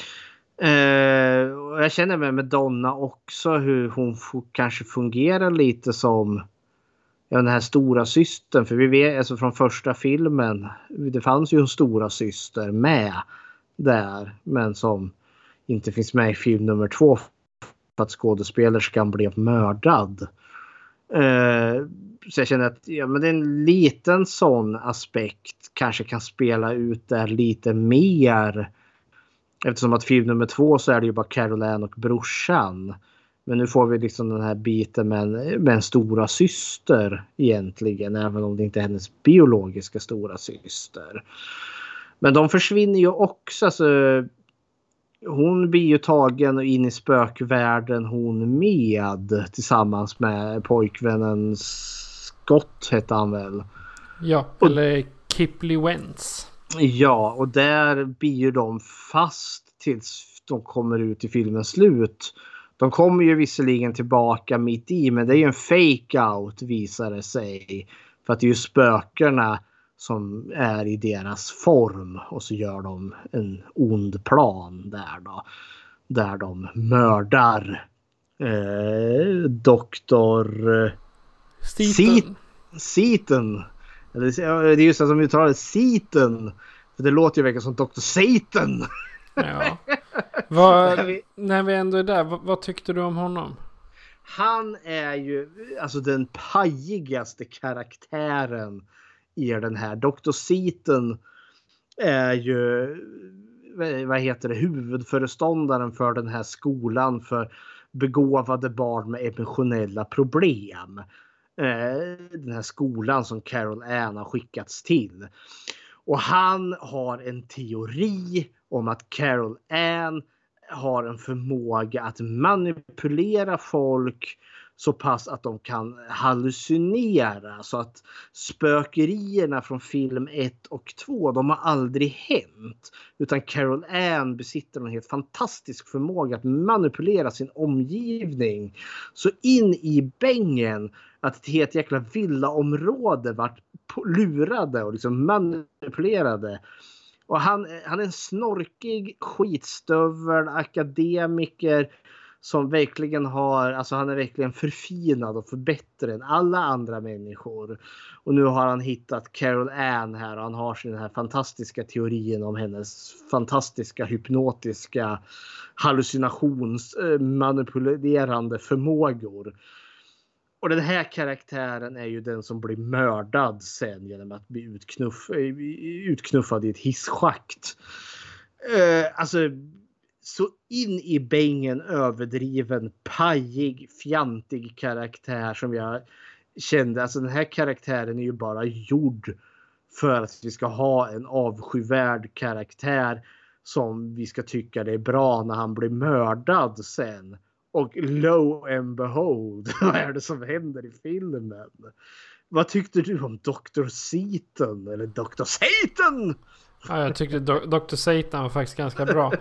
Jag känner med Donna också hur hon kanske fungerar lite som den här stora systern. För vi vet alltså från första filmen, det fanns ju en stora syster med där, men som inte finns med i film nummer 2 för att skådespelerskan blev mördad. Så jag känner att men det är en liten sån aspekt kanske kan spela ut där lite mer. Eftersom att film nummer 2 så är det ju bara Carol Ann och brorsan. Men nu får vi liksom den här biten med en stora syster egentligen. Även om det inte är hennes biologiska stora syster. Men de försvinner ju också. Alltså, hon blir ju tagen in i spökvärlden hon med tillsammans med pojkvännen Scott hette han väl. Ja, eller Kipley Wentz. Ja, och där blir ju de fast tills de kommer ut i filmens slut. De kommer ju visserligen tillbaka mitt i, men det är ju en fake-out visar det sig. För att det är ju spökerna som är i deras form och så gör de en ond plan där då. Där de mördar doktor Seaton. Det är just det som uttalar Seaton. För det låter ju verkligen som Dr. Satan. Ja. När vi ändå är där, vad tyckte du om honom? Han är ju alltså den pajigaste karaktären i den här. Dr. Seaton är ju huvudföreståndaren för den här skolan för begåvade barn med emotionella problem. Den här skolan som Carol Ann har skickats till. Och han har en teori om att Carol Ann har en förmåga att manipulera folk så pass att de kan hallucinera. Så att spökerierna från film 1 och 2, de har aldrig hänt. Utan Carol Ann besitter en helt fantastisk förmåga att manipulera sin omgivning. Så in i bängen att ett helt jäkla villaområde vart lurade och liksom manipulerade. Och han är en snorkig skitstövel akademiker som verkligen han är verkligen förfinad och förbättrad än alla andra människor. Och nu har han hittat Carol Ann här och han har sin här fantastiska teorin om hennes fantastiska hypnotiska hallucinationsmanipulerande förmågor. Och den här karaktären är ju den som blir mördad sen genom att bli utknuffad i ett hisschakt. Alltså så in i bängen överdriven, pajig, fjantig karaktär som jag kände. Alltså den här karaktären är ju bara gjord för att vi ska ha en avskyvärd karaktär som vi ska tycka det är bra när han blir mördad sen. Och lo and behold, vad är det som händer i filmen? Vad tyckte du om Dr. Seaton? Eller Dr. Satan? Ja, jag tyckte Dr. Satan var faktiskt ganska bra.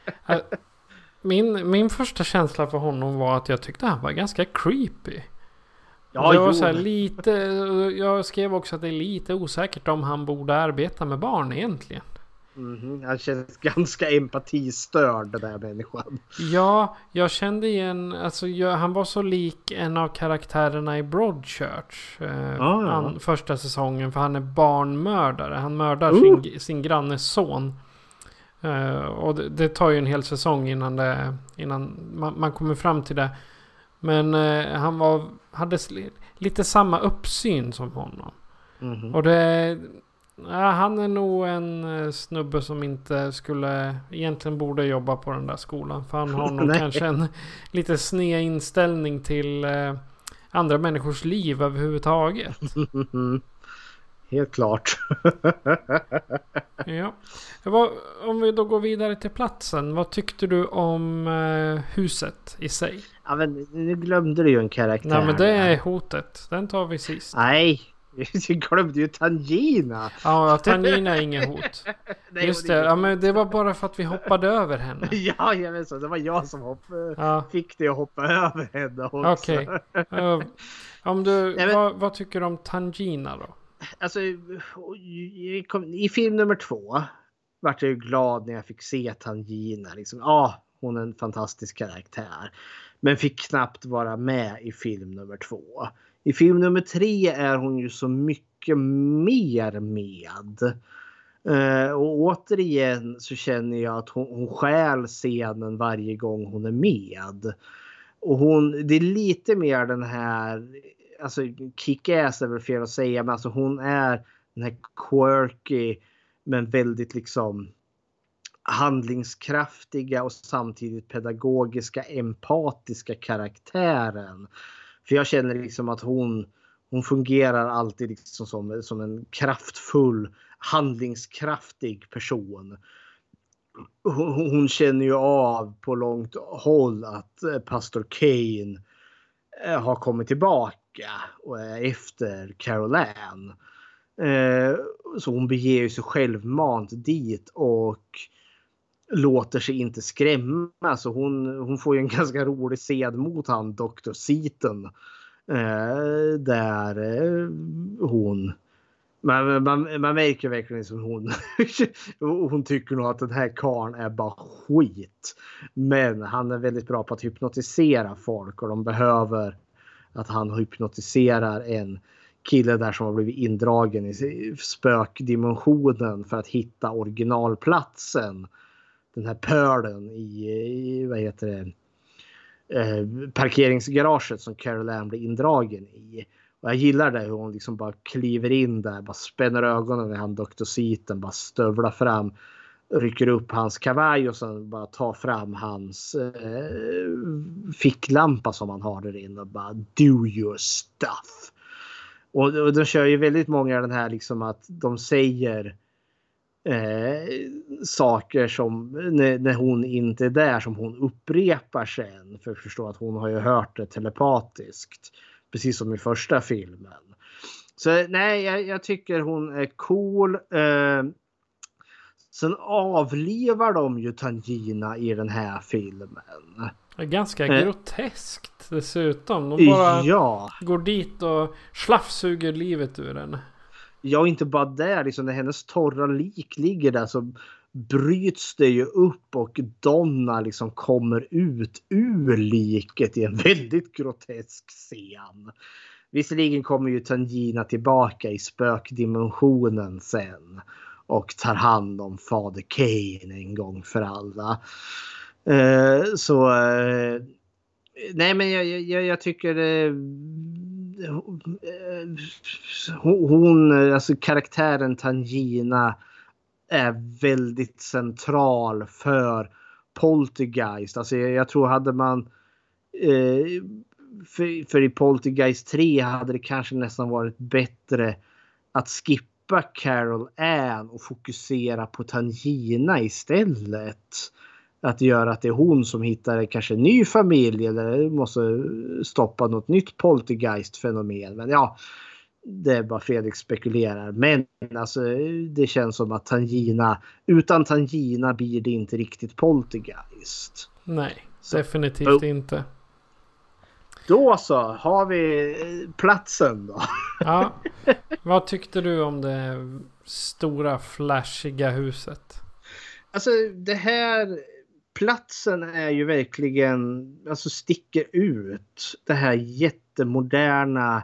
Min första känsla för honom var att jag tyckte han var ganska creepy. Ja, det var så här lite, jag skrev också att det är lite osäkert om han borde arbeta med barn egentligen. Han känns ganska empatistörd den där människan. Ja, jag kände igen, alltså han var så lik en av karaktärerna i Broadchurch första säsongen, för han är barnmördare. Han mördar sin grannes son. Och det tar ju en hel säsong innan man kommer fram till det. Men han hade lite samma uppsyn som honom. Och han är nog en snubbe som inte egentligen borde jobba på den där skolan. För han har nog kanske en lite sned inställning till andra människors liv överhuvudtaget. Helt klart. Ja. Om vi då går vidare till platsen. Vad tyckte du om huset i sig? Ja, men nu glömde du ju en karaktär. Nej, men det är hotet. Den tar vi sist. Nej. Jag glömde ju Tangina. Ja, Tangina är ingen hot. Nej, just det. Ja, men det var bara för att vi hoppade över henne. Ja, jag vet så. Det var jag som fick det att hoppa över henne också. Okej. Vad tycker du om Tangina då? Alltså, i film nummer 2 vart jag ju glad när jag fick se Tangina. Liksom, hon är en fantastisk karaktär. Men fick knappt vara med i film nummer 2. I film nummer 3 är hon ju så mycket mer med. Och återigen så känner jag att hon stjäl scenen varje gång hon är med. Och det är lite mer den här, alltså kick-ass är väl fel att säga, men alltså hon är den här quirky men väldigt liksom handlingskraftiga och samtidigt pedagogiska, empatiska karaktären. För jag känner liksom att hon fungerar alltid liksom som en kraftfull, handlingskraftig person. hon känner ju av på långt håll att pastor Kane har kommit tillbaka och är efter Carol Ann. Så hon beger sig självmant dit och låter sig inte skrämma. Så hon får ju en ganska rolig sed mot han Dr. Seaton. Där hon... Man märker verkligen som hon tycker nog att den här karln är bara skit. Men han är väldigt bra på att hypnotisera folk. Och de behöver att han hypnotiserar en kille där som har blivit indragen i spökdimensionen för att hitta originalplatsen. Den här pölen i vad heter det, parkeringsgaraget som Carol Ann blir indragen i. Och jag gillar det hur hon liksom bara kliver in där, bara spänner ögonen när han Dr. Seaton bara stövlar fram, rycker upp hans kavaj och sen bara tar fram hans ficklampa som han har där inne och bara do your stuff. Och de kör ju väldigt många den här liksom att de säger saker som när hon inte är där som hon upprepar sen för att förstå att hon har ju hört det telepatiskt. Precis som i första filmen. Så nej, jag tycker hon är cool. Sen avlevar de ju Tangina i den här filmen. Det är ganska groteskt dessutom. De bara går dit och slafsuger livet ur den. Ja, inte bara där. Liksom, när hennes torra lik ligger där så bryts det ju upp och Donna liksom kommer ut ur liket i en väldigt grotesk scen. Visserligen kommer ju Tangina tillbaka i spökdimensionen sen och tar hand om fader Kane en gång för alla. Nej, men jag tycker hon, alltså karaktären Tangina är väldigt central för Poltergeist. Alltså jag tror hade man för i Poltergeist 3 hade det kanske nästan varit bättre att skippa Carol Ann och fokusera på Tangina istället. Att göra att det är hon som hittar kanske en ny familj eller måste stoppa något nytt Poltergeist-fenomen. Men ja, det är bara Fredrik spekulerar. Men alltså, det känns som att utan Tangina blir det inte riktigt Poltergeist. Nej, definitivt inte. Då så, har vi platsen då. Ja, vad tyckte du om det stora flashiga huset? Alltså det här platsen är ju verkligen, alltså sticker ut. Det här jättemoderna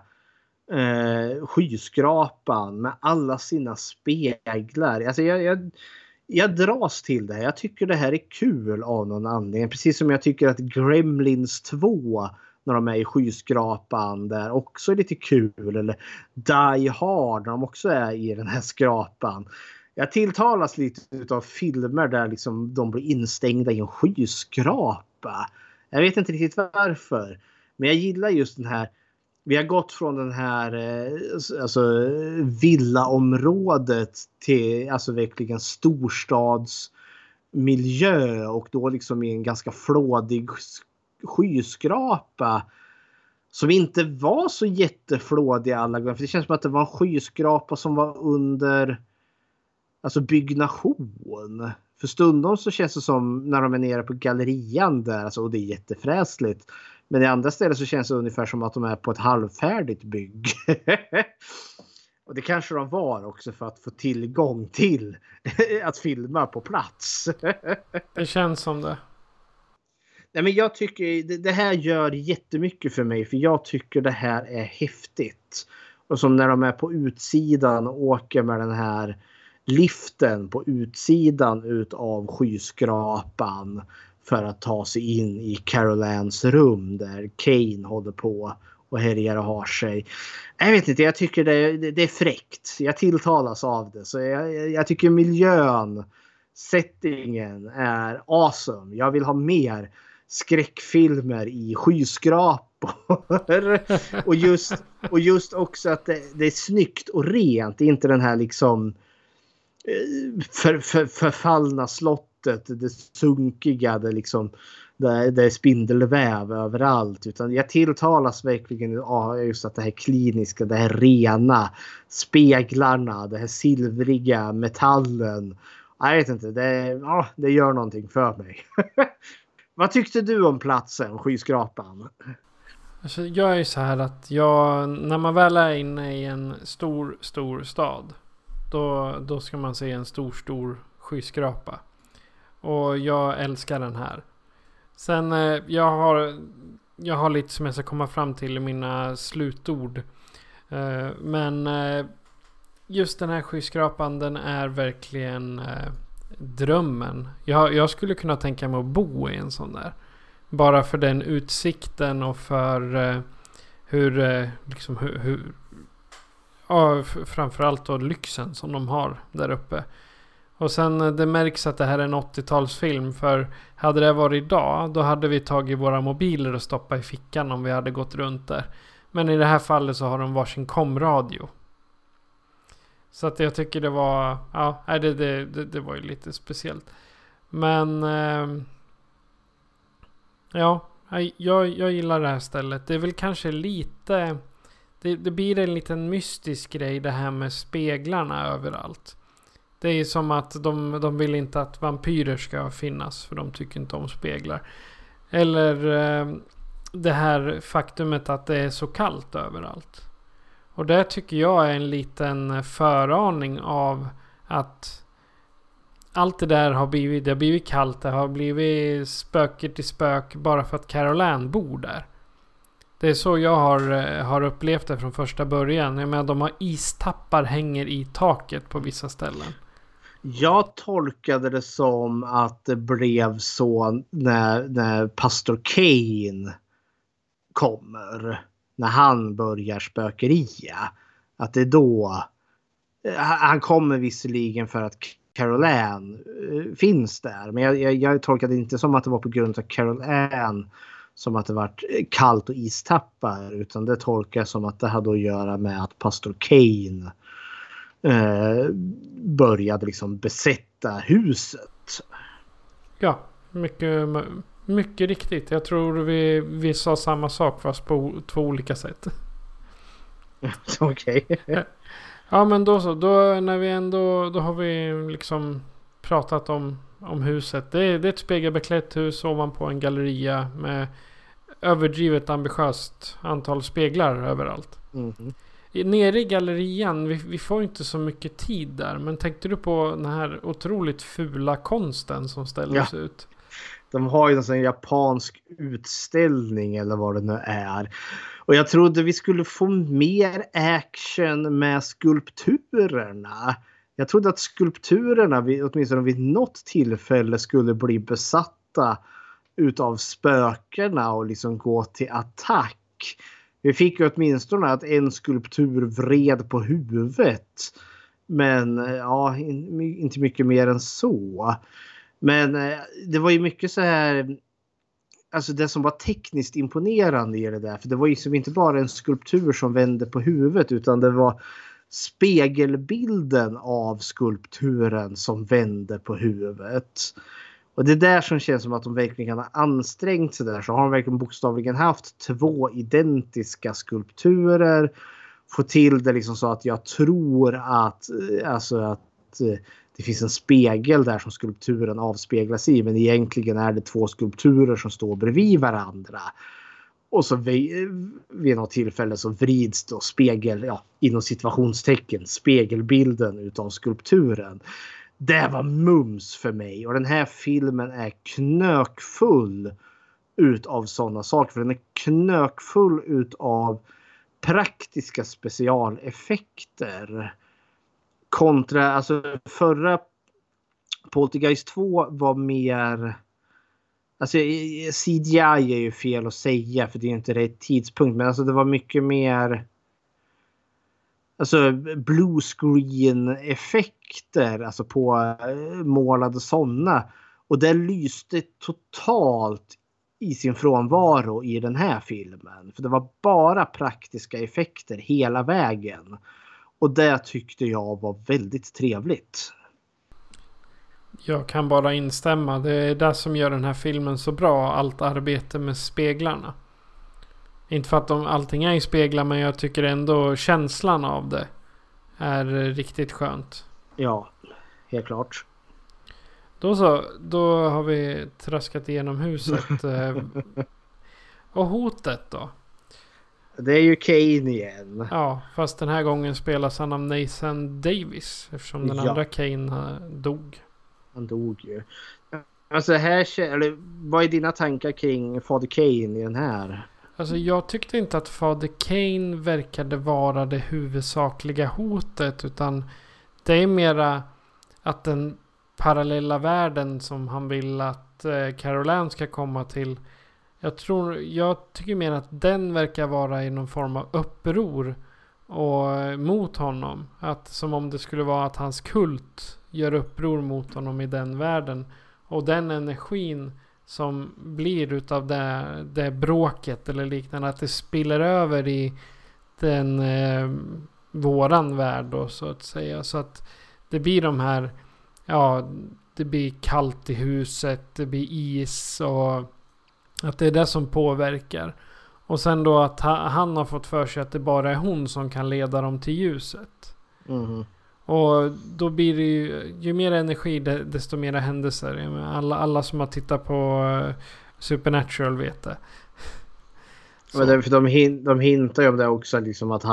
skyskrapan med alla sina speglar. Alltså jag dras till det här. Jag tycker det här är kul av någon anledning. Precis som jag tycker att Gremlins 2 när de är i skyskrapan där också är lite kul. Eller Die Hard när de också är i den här skrapan. Jag tilltalas lite av filmer där liksom de blir instängda i en skyskrapa. Jag vet inte riktigt varför. Men jag gillar just den här. Vi har gått från den här alltså villaområdet till alltså verkligen storstadsmiljö och då liksom i en ganska flådig skyskrapa som inte var så jätteflådig alla gånger. För det känns som att det var en skyskrapa som var under alltså byggnation. För stundom så känns det som när de är nere på gallerian där alltså, och det är jättefräsligt. Men i andra ställen så känns det ungefär som att de är på ett halvfärdigt bygg. Och det kanske de var också för att få tillgång till att filma på plats. Det känns som det. Nej, men jag tycker det här gör jättemycket för mig. För jag tycker det här är häftigt. Och som när de är på utsidan och åker med den här liften på utsidan utav skyskrapan. För att ta sig in i Carol Anns rum där Kane håller på och härjar och har sig. Jag vet inte, jag tycker det är fräckt. Jag tilltalas av det. Så jag tycker miljön, settingen är awesome. Jag vill ha mer skräckfilmer i skyskrapor. och just också att det är snyggt och rent. Det är inte den här liksom förfallna slottet slottet, det sunkiga, det liksom det är spindelväv överallt, utan jag tilltalas verkligen just att det här kliniska, det här rena, speglarna, det här silvriga metallen. Jag vet inte, det gör någonting för mig. Vad tyckte du om platsen, skyskrapan? Alltså, jag är ju så här att när man väl är inne i en stor stad, då ska man se en stor skyskrapa. Och jag älskar den här. Sen jag har lite som jag ska komma fram till i mina slutord. Men just den här skyskrapan, den är verkligen drömmen. Jag skulle kunna tänka mig att bo i en sån där. Bara för den utsikten och för hur framförallt då lyxen som de har där uppe. Och sen det märks att det här är en 80-talsfilm, för hade det varit idag, då hade vi tagit våra mobiler och stoppat i fickan om vi hade gått runt där. Men i det här fallet så har de varsin komradio. Så att jag tycker det var, det var ju lite speciellt. Men jag gillar det här stället. Det är väl kanske lite, det blir en liten mystisk grej det här med speglarna överallt. Det är som att de vill inte att vampyrer ska finnas, för de tycker inte om speglar. Eller det här faktumet att det är så kallt överallt. Och det tycker jag är en liten föraning av att allt det där har blivit kallt. Det har blivit spöket i spök bara för att Carol Ann bor där. Det är så jag har upplevt det från första början. Jag menar, de har istappar hänger i taket på vissa ställen. Jag tolkade det som att det blev så när pastor Kane kommer. När han börjar spökeria. Att det är då. Han kommer visserligen för att Carol Ann finns där. Men jag tolkade det inte som att det var på grund av Carol Ann. Som att det var kallt och istappar. Utan det tolkar jag som att det hade att göra med att pastor Kane började liksom besätta huset. Ja, mycket riktigt. Jag tror vi sa samma sak fast på 2 olika sätt. Okej. Ja, men då så. Då har vi liksom pratat om huset. Det är ett spegelbeklätt hus ovanpå en galleria med överdrivet ambitiöst antal speglar överallt. Mm-hmm. Nere i gallerian, vi får inte så mycket tid där. Men tänkte du på den här otroligt fula konsten som ställdes ut? De har ju en sån japansk utställning eller vad det nu är. Och jag trodde vi skulle få mer action med skulpturerna. Jag trodde att skulpturerna åtminstone vid något tillfälle skulle bli besatta utav spökerna och liksom gå till attack. Vi fick ju åtminstone att en skulptur vred på huvudet. Men inte mycket mer än så. Men det var ju mycket så här, alltså det som var tekniskt imponerande i det där. För det var ju som inte bara en skulptur som vände på huvudet, utan det var spegelbilden av skulpturen som vände på huvudet. Och det är där som känns som att de verkligen har ansträngt sig där. Så har de verkligen bokstavligen haft 2 identiska skulpturer. Få till det liksom så att jag tror att det finns en spegel där som skulpturen avspeglas i. Men egentligen är det 2 skulpturer som står bredvid varandra. Och så vid något tillfälle så vrids då inom situationstecken, spegelbilden utav skulpturen. Det var mums för mig. Och den här filmen är knökfull utav sådana saker. För den är knökfull utav praktiska specialeffekter. Kontra, alltså förra Poltergeist 2 var mer, alltså CGI är ju fel att säga för det är inte rätt tidspunkt, men alltså det var mycket mer alltså blue screen effekter, alltså på målade sådana, och det lyste totalt i sin frånvaro i den här filmen, för det var bara praktiska effekter hela vägen. Och det tyckte jag var väldigt trevligt. Jag kan bara instämma. Det är det som gör den här filmen så bra. Allt arbete med speglarna. Inte för att allting är i speglar, men jag tycker ändå känslan av det är riktigt skönt. Ja, helt klart. Då har vi traskat igenom huset. Och hotet då? Det är ju Kane igen. Ja, fast den här gången spelas han av Nathan Davis. Eftersom den andra Kane dog. Han dog ju. Alltså vad är dina tankar kring Fader Kane i den här? Alltså jag tyckte inte att Fader Kane verkade vara det huvudsakliga hotet. Utan det är mera att den parallella världen som han vill att Carol Ann ska komma till. Jag tycker mer att den verkar vara i någon form av uppror och mot honom. Att som om det skulle vara att hans kult gör uppror mot honom i den världen. Och den energin som blir utav det bråket eller liknande, att det spiller över i den våran värld då, så att säga. Så att det blir de här, det blir kallt i huset, det blir is och att det är det som påverkar. Och sen då att han har fått för sig att det bara är hon som kan leda dem till ljuset. Mm. Och då blir det ju mer energi desto mer händelser. Alla som har tittat på Supernatural vet det. Men de hintar ju om det också, liksom att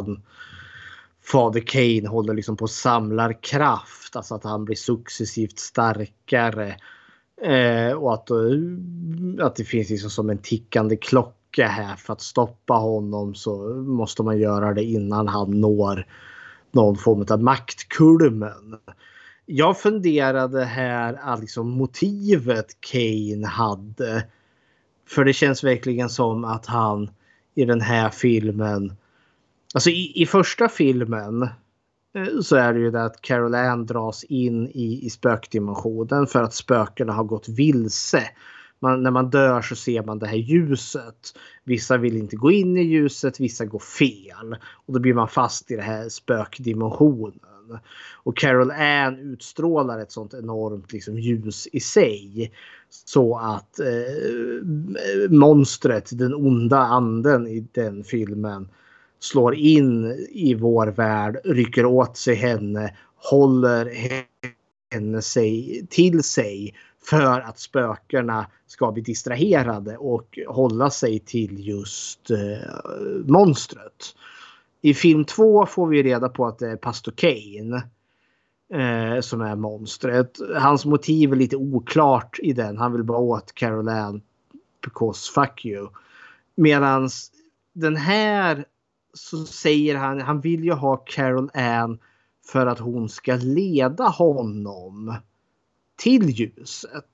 Fader Kane håller liksom på samlar kraft. Alltså att han blir successivt starkare. Och att det finns liksom som en tickande klocka här. För att stoppa honom så måste man göra det innan han når någon form av maktkulmen. Jag funderade här att liksom motivet Kane hade. För det känns verkligen som att han i den här filmen, alltså i första filmen så är det ju det att Carol Ann dras in i spökdimensionen för att spökena har gått vilse. När man dör så ser man det här ljuset. Vissa vill inte gå in i ljuset, vissa går fel. Och då blir man fast i det här spökdimensionen. Och Carol Ann utstrålar ett sånt enormt liksom ljus i sig. Så att monstret, den onda anden i den filmen, slår in i vår värld, rycker åt sig henne, håller henne till sig för att spökerna ska bli distraherade och hålla sig till just monstret. I film 2 får vi reda på att det är Pastor Kane som är monstret. Hans motiv är lite oklart i den. Han vill bara åt Carol Ann because fuck you. Medan den här så säger han vill ju ha Carol Ann för att hon ska leda honom till ljuset.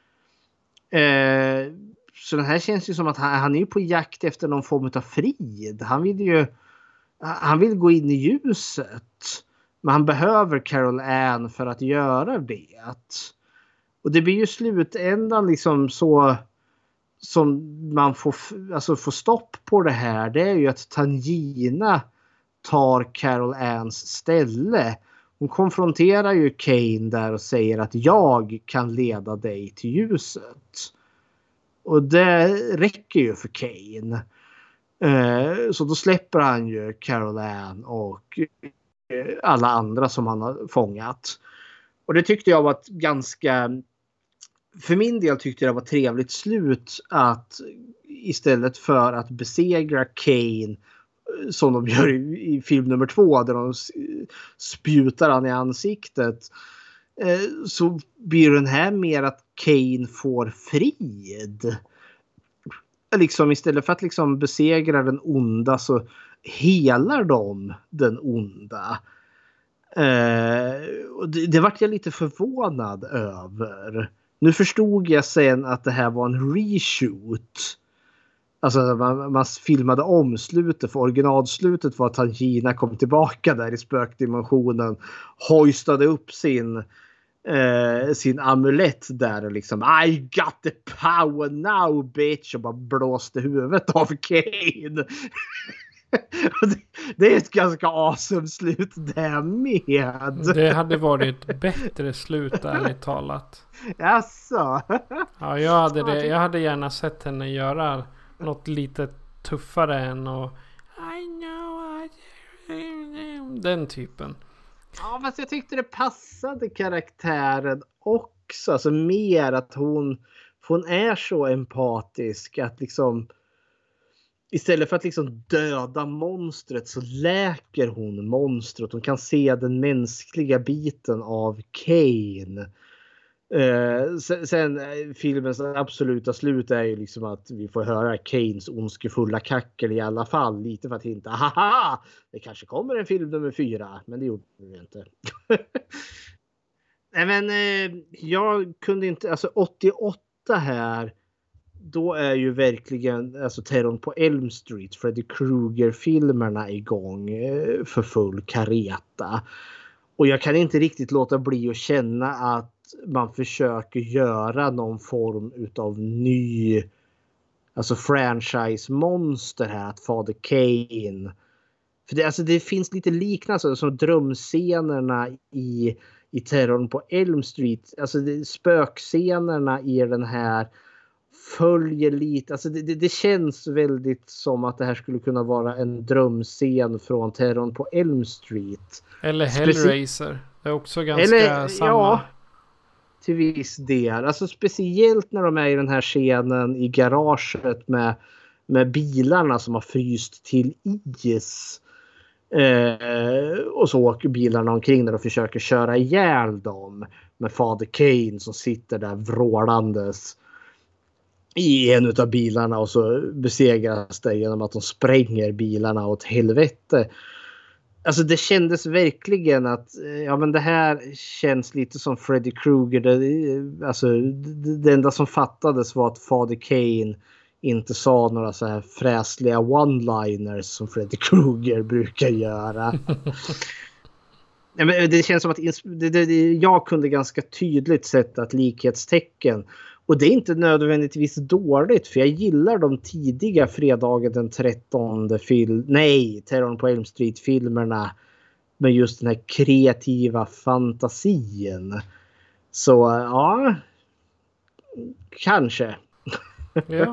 Så det här känns ju som att han är på jakt efter någon form av frid. Han vill gå in i ljuset. Men han behöver Carol Ann för att göra det. Och det blir ju slutändan liksom så som man får stopp på det här. Det är ju att Tangina tar Carol Anns ställe. Hon konfronterar ju Kane där och säger att jag kan leda dig till ljuset. Och det räcker ju för Kane. Så då släpper han ju Carol Ann och alla andra som han har fångat. Och det tyckte jag var ett ganska... För min del tyckte jag det var ett trevligt slut att istället för att besegra Kane som de gör i film nummer 2 där de spjutar han i ansiktet, så blir den här mer att Kane får frid. Liksom istället för att liksom besegra den onda så helar de den onda. Och det vart jag lite förvånad över. Nu förstod jag sen att det här var en reshoot. Alltså man filmade om slutet, för originalslutet var att Tangina kom tillbaka där i spökdimensionen, hoistade upp sin amulett där och liksom I got the power now bitch och bara blåste huvudet av Kane. Det är ett ganska awesome slut där med. Det hade varit ett bättre slut, ärligt talat. Jaså? Ja, jag hade gärna sett henne göra något lite tuffare än och I know den typen. Ja, fast jag tyckte det passade karaktären också. Alltså mer att hon är så empatisk att liksom istället för att liksom döda monstret så läker hon monstret. Hon kan se den mänskliga biten av Kane. Sen filmens absoluta slut är ju liksom att vi får höra Kanes ondskefulla kackel i alla fall. Lite för att hinta, haha, det kanske kommer en film nummer 4. Men det gjorde det inte. Nej, men jag kunde inte, alltså 88 här. Då är ju verkligen alltså terrorn på Elm Street, Freddy Krueger-filmerna igång för full kareta. Och jag kan inte riktigt låta bli att känna att man försöker göra någon form utav ny alltså franchise-monster här. Att Father Kane. För det finns lite liknande som drömscenerna i terrorn på Elm Street. Alltså spökscenerna i den här följer lite. Alltså det känns väldigt som att det här skulle kunna vara en drömscen från terrorn på Elm Street. Eller Hellraiser. Det är också ganska samma. Ja, till viss del. Alltså speciellt när de är i den här scenen i garaget med bilarna som har fryst till is. Och så åker bilarna omkring där och försöker köra ihjäl dem. Med Father Kane som sitter där vrålandes i en av bilarna och så besegras det genom att de spränger bilarna åt helvete. Alltså det kändes verkligen att ja, men det här känns lite som Freddy Krueger. Det enda som fattades var att Father Kane inte sa några så här fräsliga one-liners som Freddy Krueger brukar göra. Ja, men det känns som att jag kunde ganska tydligt sätta ett likhetstecken. Och det är inte nödvändigtvis dåligt, för jag gillar de tidiga fredagen den 13 terrorn på Elm Street-filmerna med just den här kreativa fantasien. Så ja, kanske. Ja.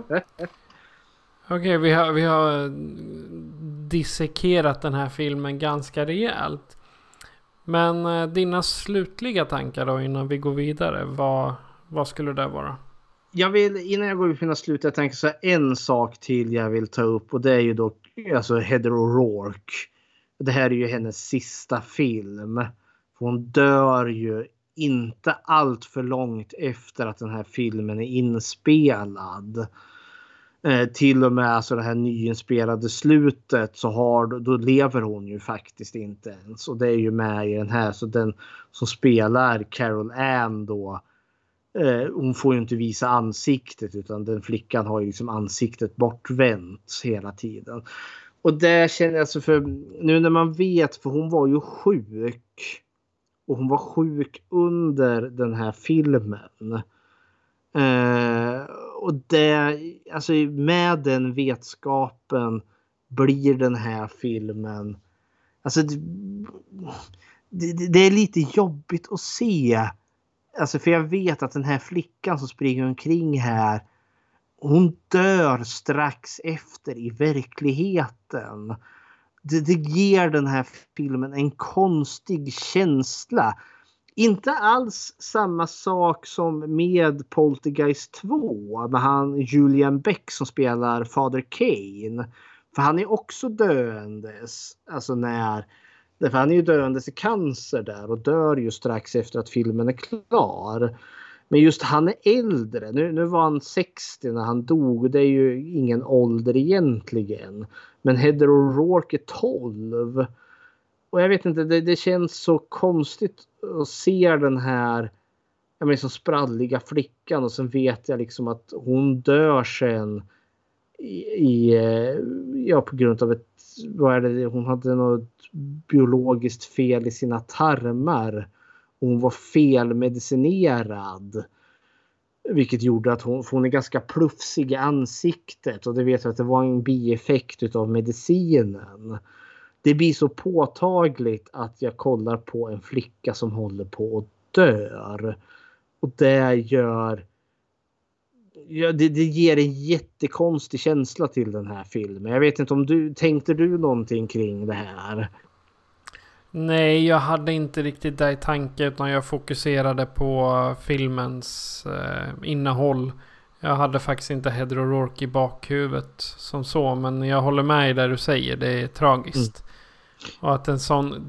Okej, vi har dissekerat den här filmen ganska rejält. Men dina slutliga tankar då innan vi går vidare, vad skulle det vara? Innan jag går ut på slutet, jag tänker så här, en sak till jag vill ta upp, och det är ju då alltså Heather O'Rourke. Det här är ju hennes sista film. Hon dör ju inte allt för långt efter att den här filmen är inspelad. Till och med alltså det här nyinspelade slutet då lever hon ju faktiskt inte ens. Och det är ju med i den här, så den som spelar Carol Ann då, hon får ju inte visa ansiktet, utan den flickan har ju liksom ansiktet bortvänt hela tiden. Och det känner jag alltså, för nu när man vet, för hon var ju sjuk. Och hon var sjuk under den här filmen. Och det, alltså med den vetskapen blir den här filmen, alltså det är lite jobbigt att se. Alltså för jag vet att den här flickan som springer omkring här, hon dör strax efter i verkligheten. Det ger den här filmen en konstig känsla. Inte alls samma sak som med Poltergeist 2 med han Julian Beck som spelar Father Kane. För han är också döendes. Alltså för han är ju döendes i cancer där och dör ju strax efter att filmen är klar. Men just han är äldre. Nu var han 60 när han dog. Det är ju ingen ålder egentligen. Men Heather O'Rourke är 12. Och jag vet inte, det känns så konstigt att se den här så spralliga flickan. Och sen vet jag liksom att hon dör sen på grund av hon hade något biologiskt fel i sina tarmar. Hon var felmedicinerad. Vilket gjorde att hon är ganska plufsig i ansiktet. Och det vet jag att det var en bieffekt av medicinen. Det blir så påtagligt att jag kollar på en flicka som håller på att dör. Och det gör... Ja, det ger en jättekonstig känsla till den här filmen. Jag vet inte om tänkte du någonting kring det här? Nej, jag hade inte riktigt det i tanke, utan jag fokuserade på filmens innehåll. Jag hade faktiskt inte Heather O'Rourke i bakhuvudet som så, men jag håller med i det du säger. Det är tragiskt. Och att en sån...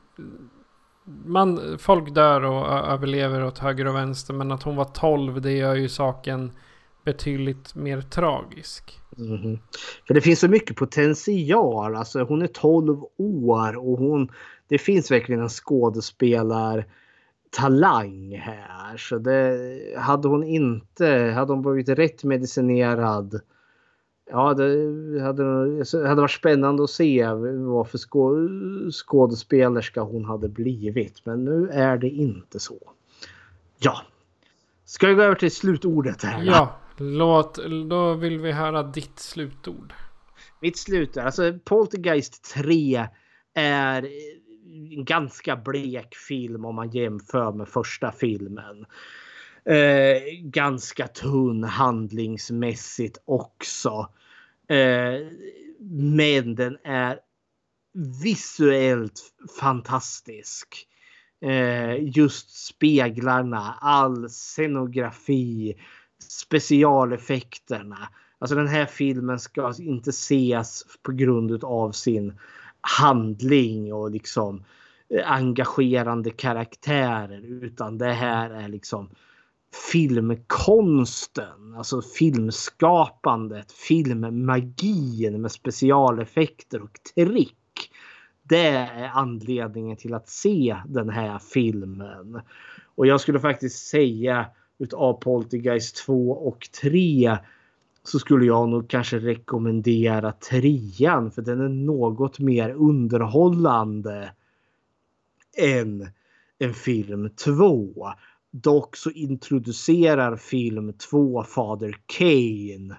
folk dör och överlever åt höger och vänster, men att hon var 12, det gör ju saken betydligt mer tragisk. För det finns så mycket potential. Alltså hon är 12 år och det finns verkligen en skådespelartalang här. Så hade hon blivit rätt medicinerad, ja, det hade varit spännande att se vad för skådespelerska hon hade blivit. Men nu är det inte så. Ja. Ska vi gå över till slutordet här? Ja, då vill vi höra ditt slutord. Mitt slutord, alltså Poltergeist 3 är en ganska blek film om man jämför med första filmen. Ganska tunn handlingsmässigt också. Men den är visuellt fantastisk. Just speglarna, all scenografi, specialeffekterna. Alltså den här filmen ska inte ses på grund av sin handling och liksom engagerande karaktärer, utan det här är liksom filmkonsten, alltså filmskapandet, filmmagin med specialeffekter och trick. Det är anledningen till att se den här filmen. Och jag skulle faktiskt säga utav Poltergeist 2 och 3 så skulle jag nog kanske rekommendera 3:an, för den är något mer underhållande än en film 2. Dock så introducerar film 2 Father Kane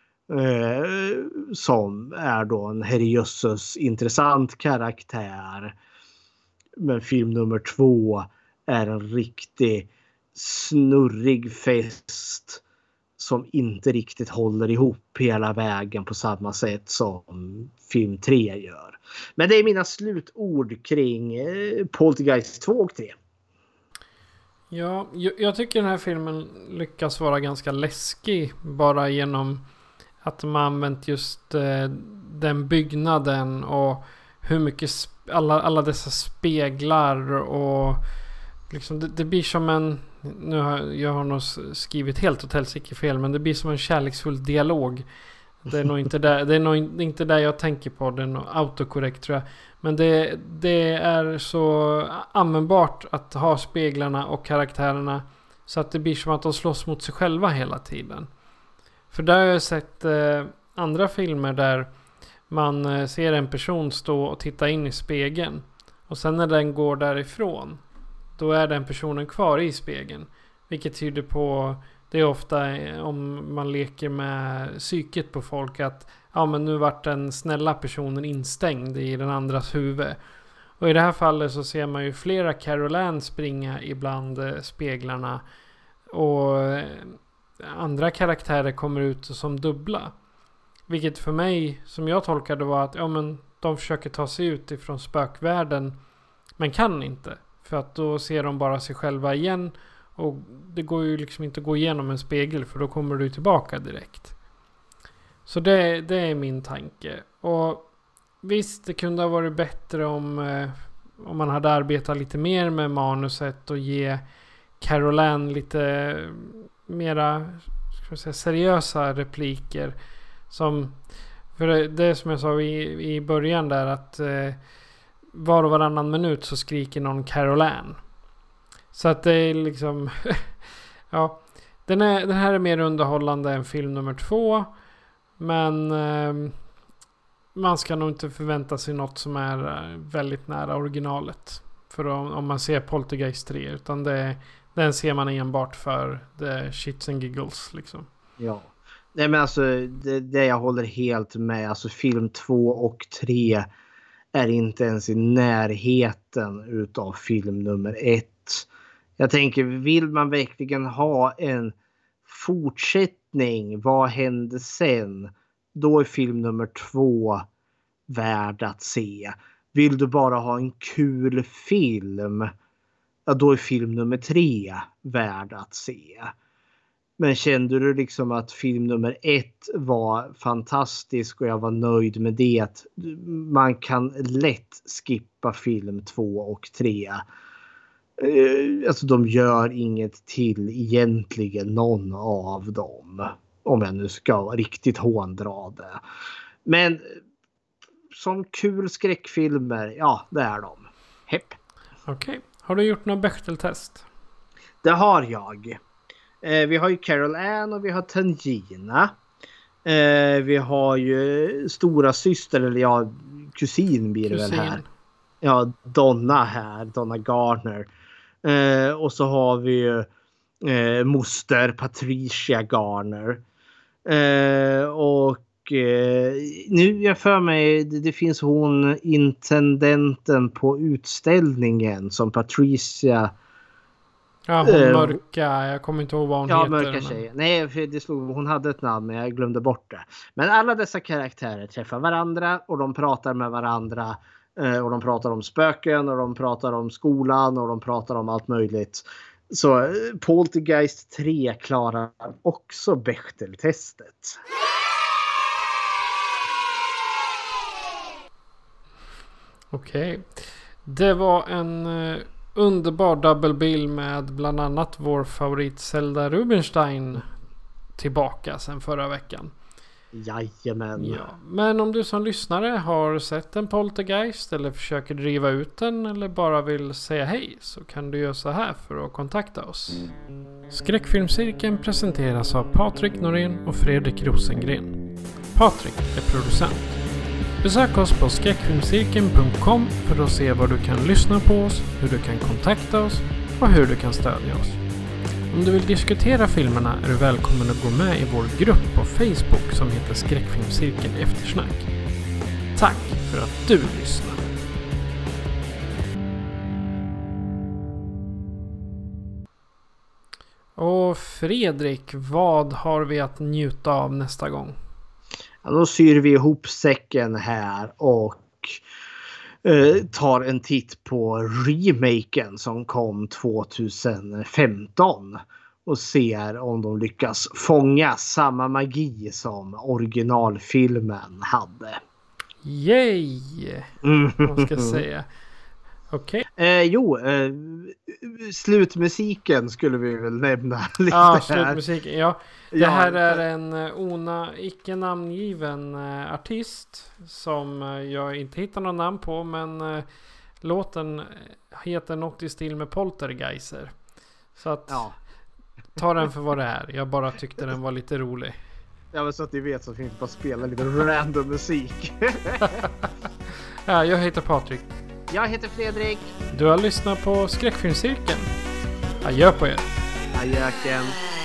som är då en herrejösses intressant karaktär. Men film nummer 2 är en riktig snurrig fest som inte riktigt håller ihop hela vägen på samma sätt som film 3 gör. Men det är mina slutord kring Poltergeist 2 och 3. Ja, jag tycker den här filmen lyckas vara ganska läskig bara genom att de har använt just den byggnaden och hur mycket alla dessa speglar och liksom det blir som en, jag har nog skrivit helt och helsike fel, men det blir som en kärleksfull dialog. Det är nog inte där, det är nog inte där jag tänker på, det är nog autokorrekt tror jag. Men det är så användbart att ha speglarna och karaktärerna så att det blir som att de slåss mot sig själva hela tiden. För där har jag sett andra filmer där man ser en person stå och titta in i spegeln. Och sen när den går därifrån, då är den personen kvar i spegeln. Vilket tyder på, det är ofta om man leker med psyket på folk, att ja, men nu vart den snälla personen instängd i den andras huvud. Och i det här fallet så ser man ju flera Carol Ann springa ibland speglarna. Och andra karaktärer kommer ut som dubbla. Vilket för mig, som jag tolkade, var att ja, men de försöker ta sig ut ifrån spökvärlden, men kan inte. För att då ser de bara sig själva igen. Och det går ju liksom inte att gå igenom en spegel, för då kommer du tillbaka direkt. Så det är min tanke. Och visst, det kunde ha varit bättre om man hade arbetat lite mer med manuset och ge Carol Ann lite mera, ska jag säga, seriösa repliker. För det som jag sa i början där, att var och varannan minut så skriker någon Carol Ann. Så att det är liksom ja, den här är mer underhållande än film nummer 2, men man ska nog inte förvänta sig något som är väldigt nära originalet för om man ser Poltergeist 3, utan det Den ser man enbart för the shits and giggles liksom. Ja. Nej men alltså det jag håller helt med. Alltså film 2 och 3 är inte ens i närheten utav film nummer 1. Jag tänker, vill man verkligen ha en fortsättning, vad hände sen? Då är film nummer 2 värd att se. Vill du bara ha en kul film, ja, då är film nummer 3 värd att se. Men kände du liksom att film nummer 1 var fantastisk och jag var nöjd med det? Man kan lätt skippa film 2 och 3. Alltså de gör inget till egentligen, någon av dem. Om jag nu ska riktigt håndra det. Men som kul skräckfilmer, ja det är de. Hepp. Okej. Har du gjort någon Bechdel-test? Det har jag. Vi har ju Carol Ann och vi har Tangina. Vi har ju stora syster, eller ja, kusin blir det väl här. Ja, Donna här, Donna Garner. Och så har vi ju moster Patricia Garner. Och nu jag för mig det finns hon intendenten på utställningen som Patricia. Ja, hon mörka. Jag kommer inte ihåg vad hon heter. Ja, mörka tjejer. Nej, för det slog, hon hade ett namn men jag glömde bort det. Men alla dessa karaktärer träffar varandra och de pratar med varandra. Och de pratar om spöken och de pratar om skolan och de pratar om allt möjligt. Så Poltergeist 3 klarar också Bechdel-testet. Okej. Det var en underbar double bill med bland annat vår favorit Zelda Rubinstein tillbaka sen förra veckan. Jajamän. Ja. Men om du som lyssnare har sett en Poltergeist eller försöker driva ut den eller bara vill säga hej, så kan du göra så här för att kontakta oss. Skräckfilmscirkeln presenteras av Patrik Norén och Fredrik Rosengren. Patrik är producent. Besök oss på skräckfilmscirkeln.com för att se var du kan lyssna på oss, hur du kan kontakta oss och hur du kan stödja oss. Om du vill diskutera filmerna är du välkommen att gå med i vår grupp på Facebook som heter Skräckfilmscirkeln Eftersnack. Tack för att du lyssnar. Och Fredrik, vad har vi att njuta av nästa gång? Ja, då syr vi ihop säcken här och tar en titt på remaken som kom 2015 och ser om de lyckas fånga samma magi som originalfilmen hade. Yay! Vad ska jag säga? Okej. Slutmusiken skulle vi väl nämna lite här. Ja, slutmusiken. Ja. Det här är en icke namngiven artist som jag inte hittar någon namn på, men låten heter något i stil med Poltergeiser. Så att ta den för vad det är. Jag bara tyckte den var lite rolig. Ja, men så att ni vet så finns det bara spela lite random musik. Ja, jag heter Patrik. Jag heter Fredrik. Du har lyssnat på Skräckfilmscirkeln. Adjö på er. Adjöken.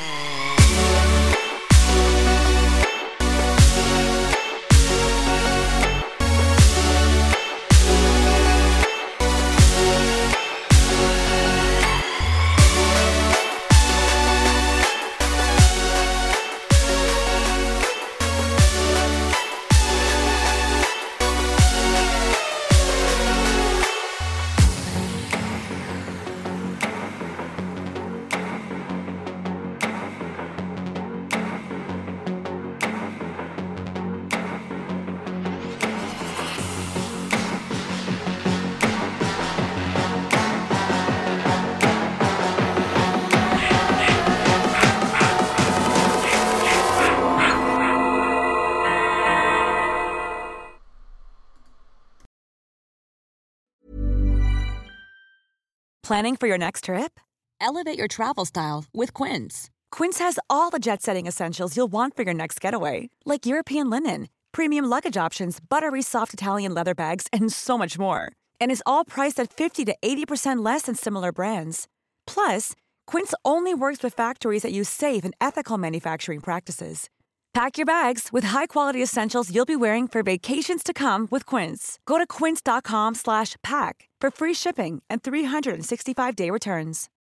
Planning for your next trip? Elevate your travel style with Quince. Quince has all the jet-setting essentials you'll want for your next getaway, like European linen, premium luggage options, buttery soft Italian leather bags, and so much more. And is all priced at 50 to 80% less than similar brands. Plus, Quince only works with factories that use safe and ethical manufacturing practices. Pack your bags with high-quality essentials you'll be wearing for vacations to come with Quince. Go to quince.com/pack for free shipping and 365-day returns.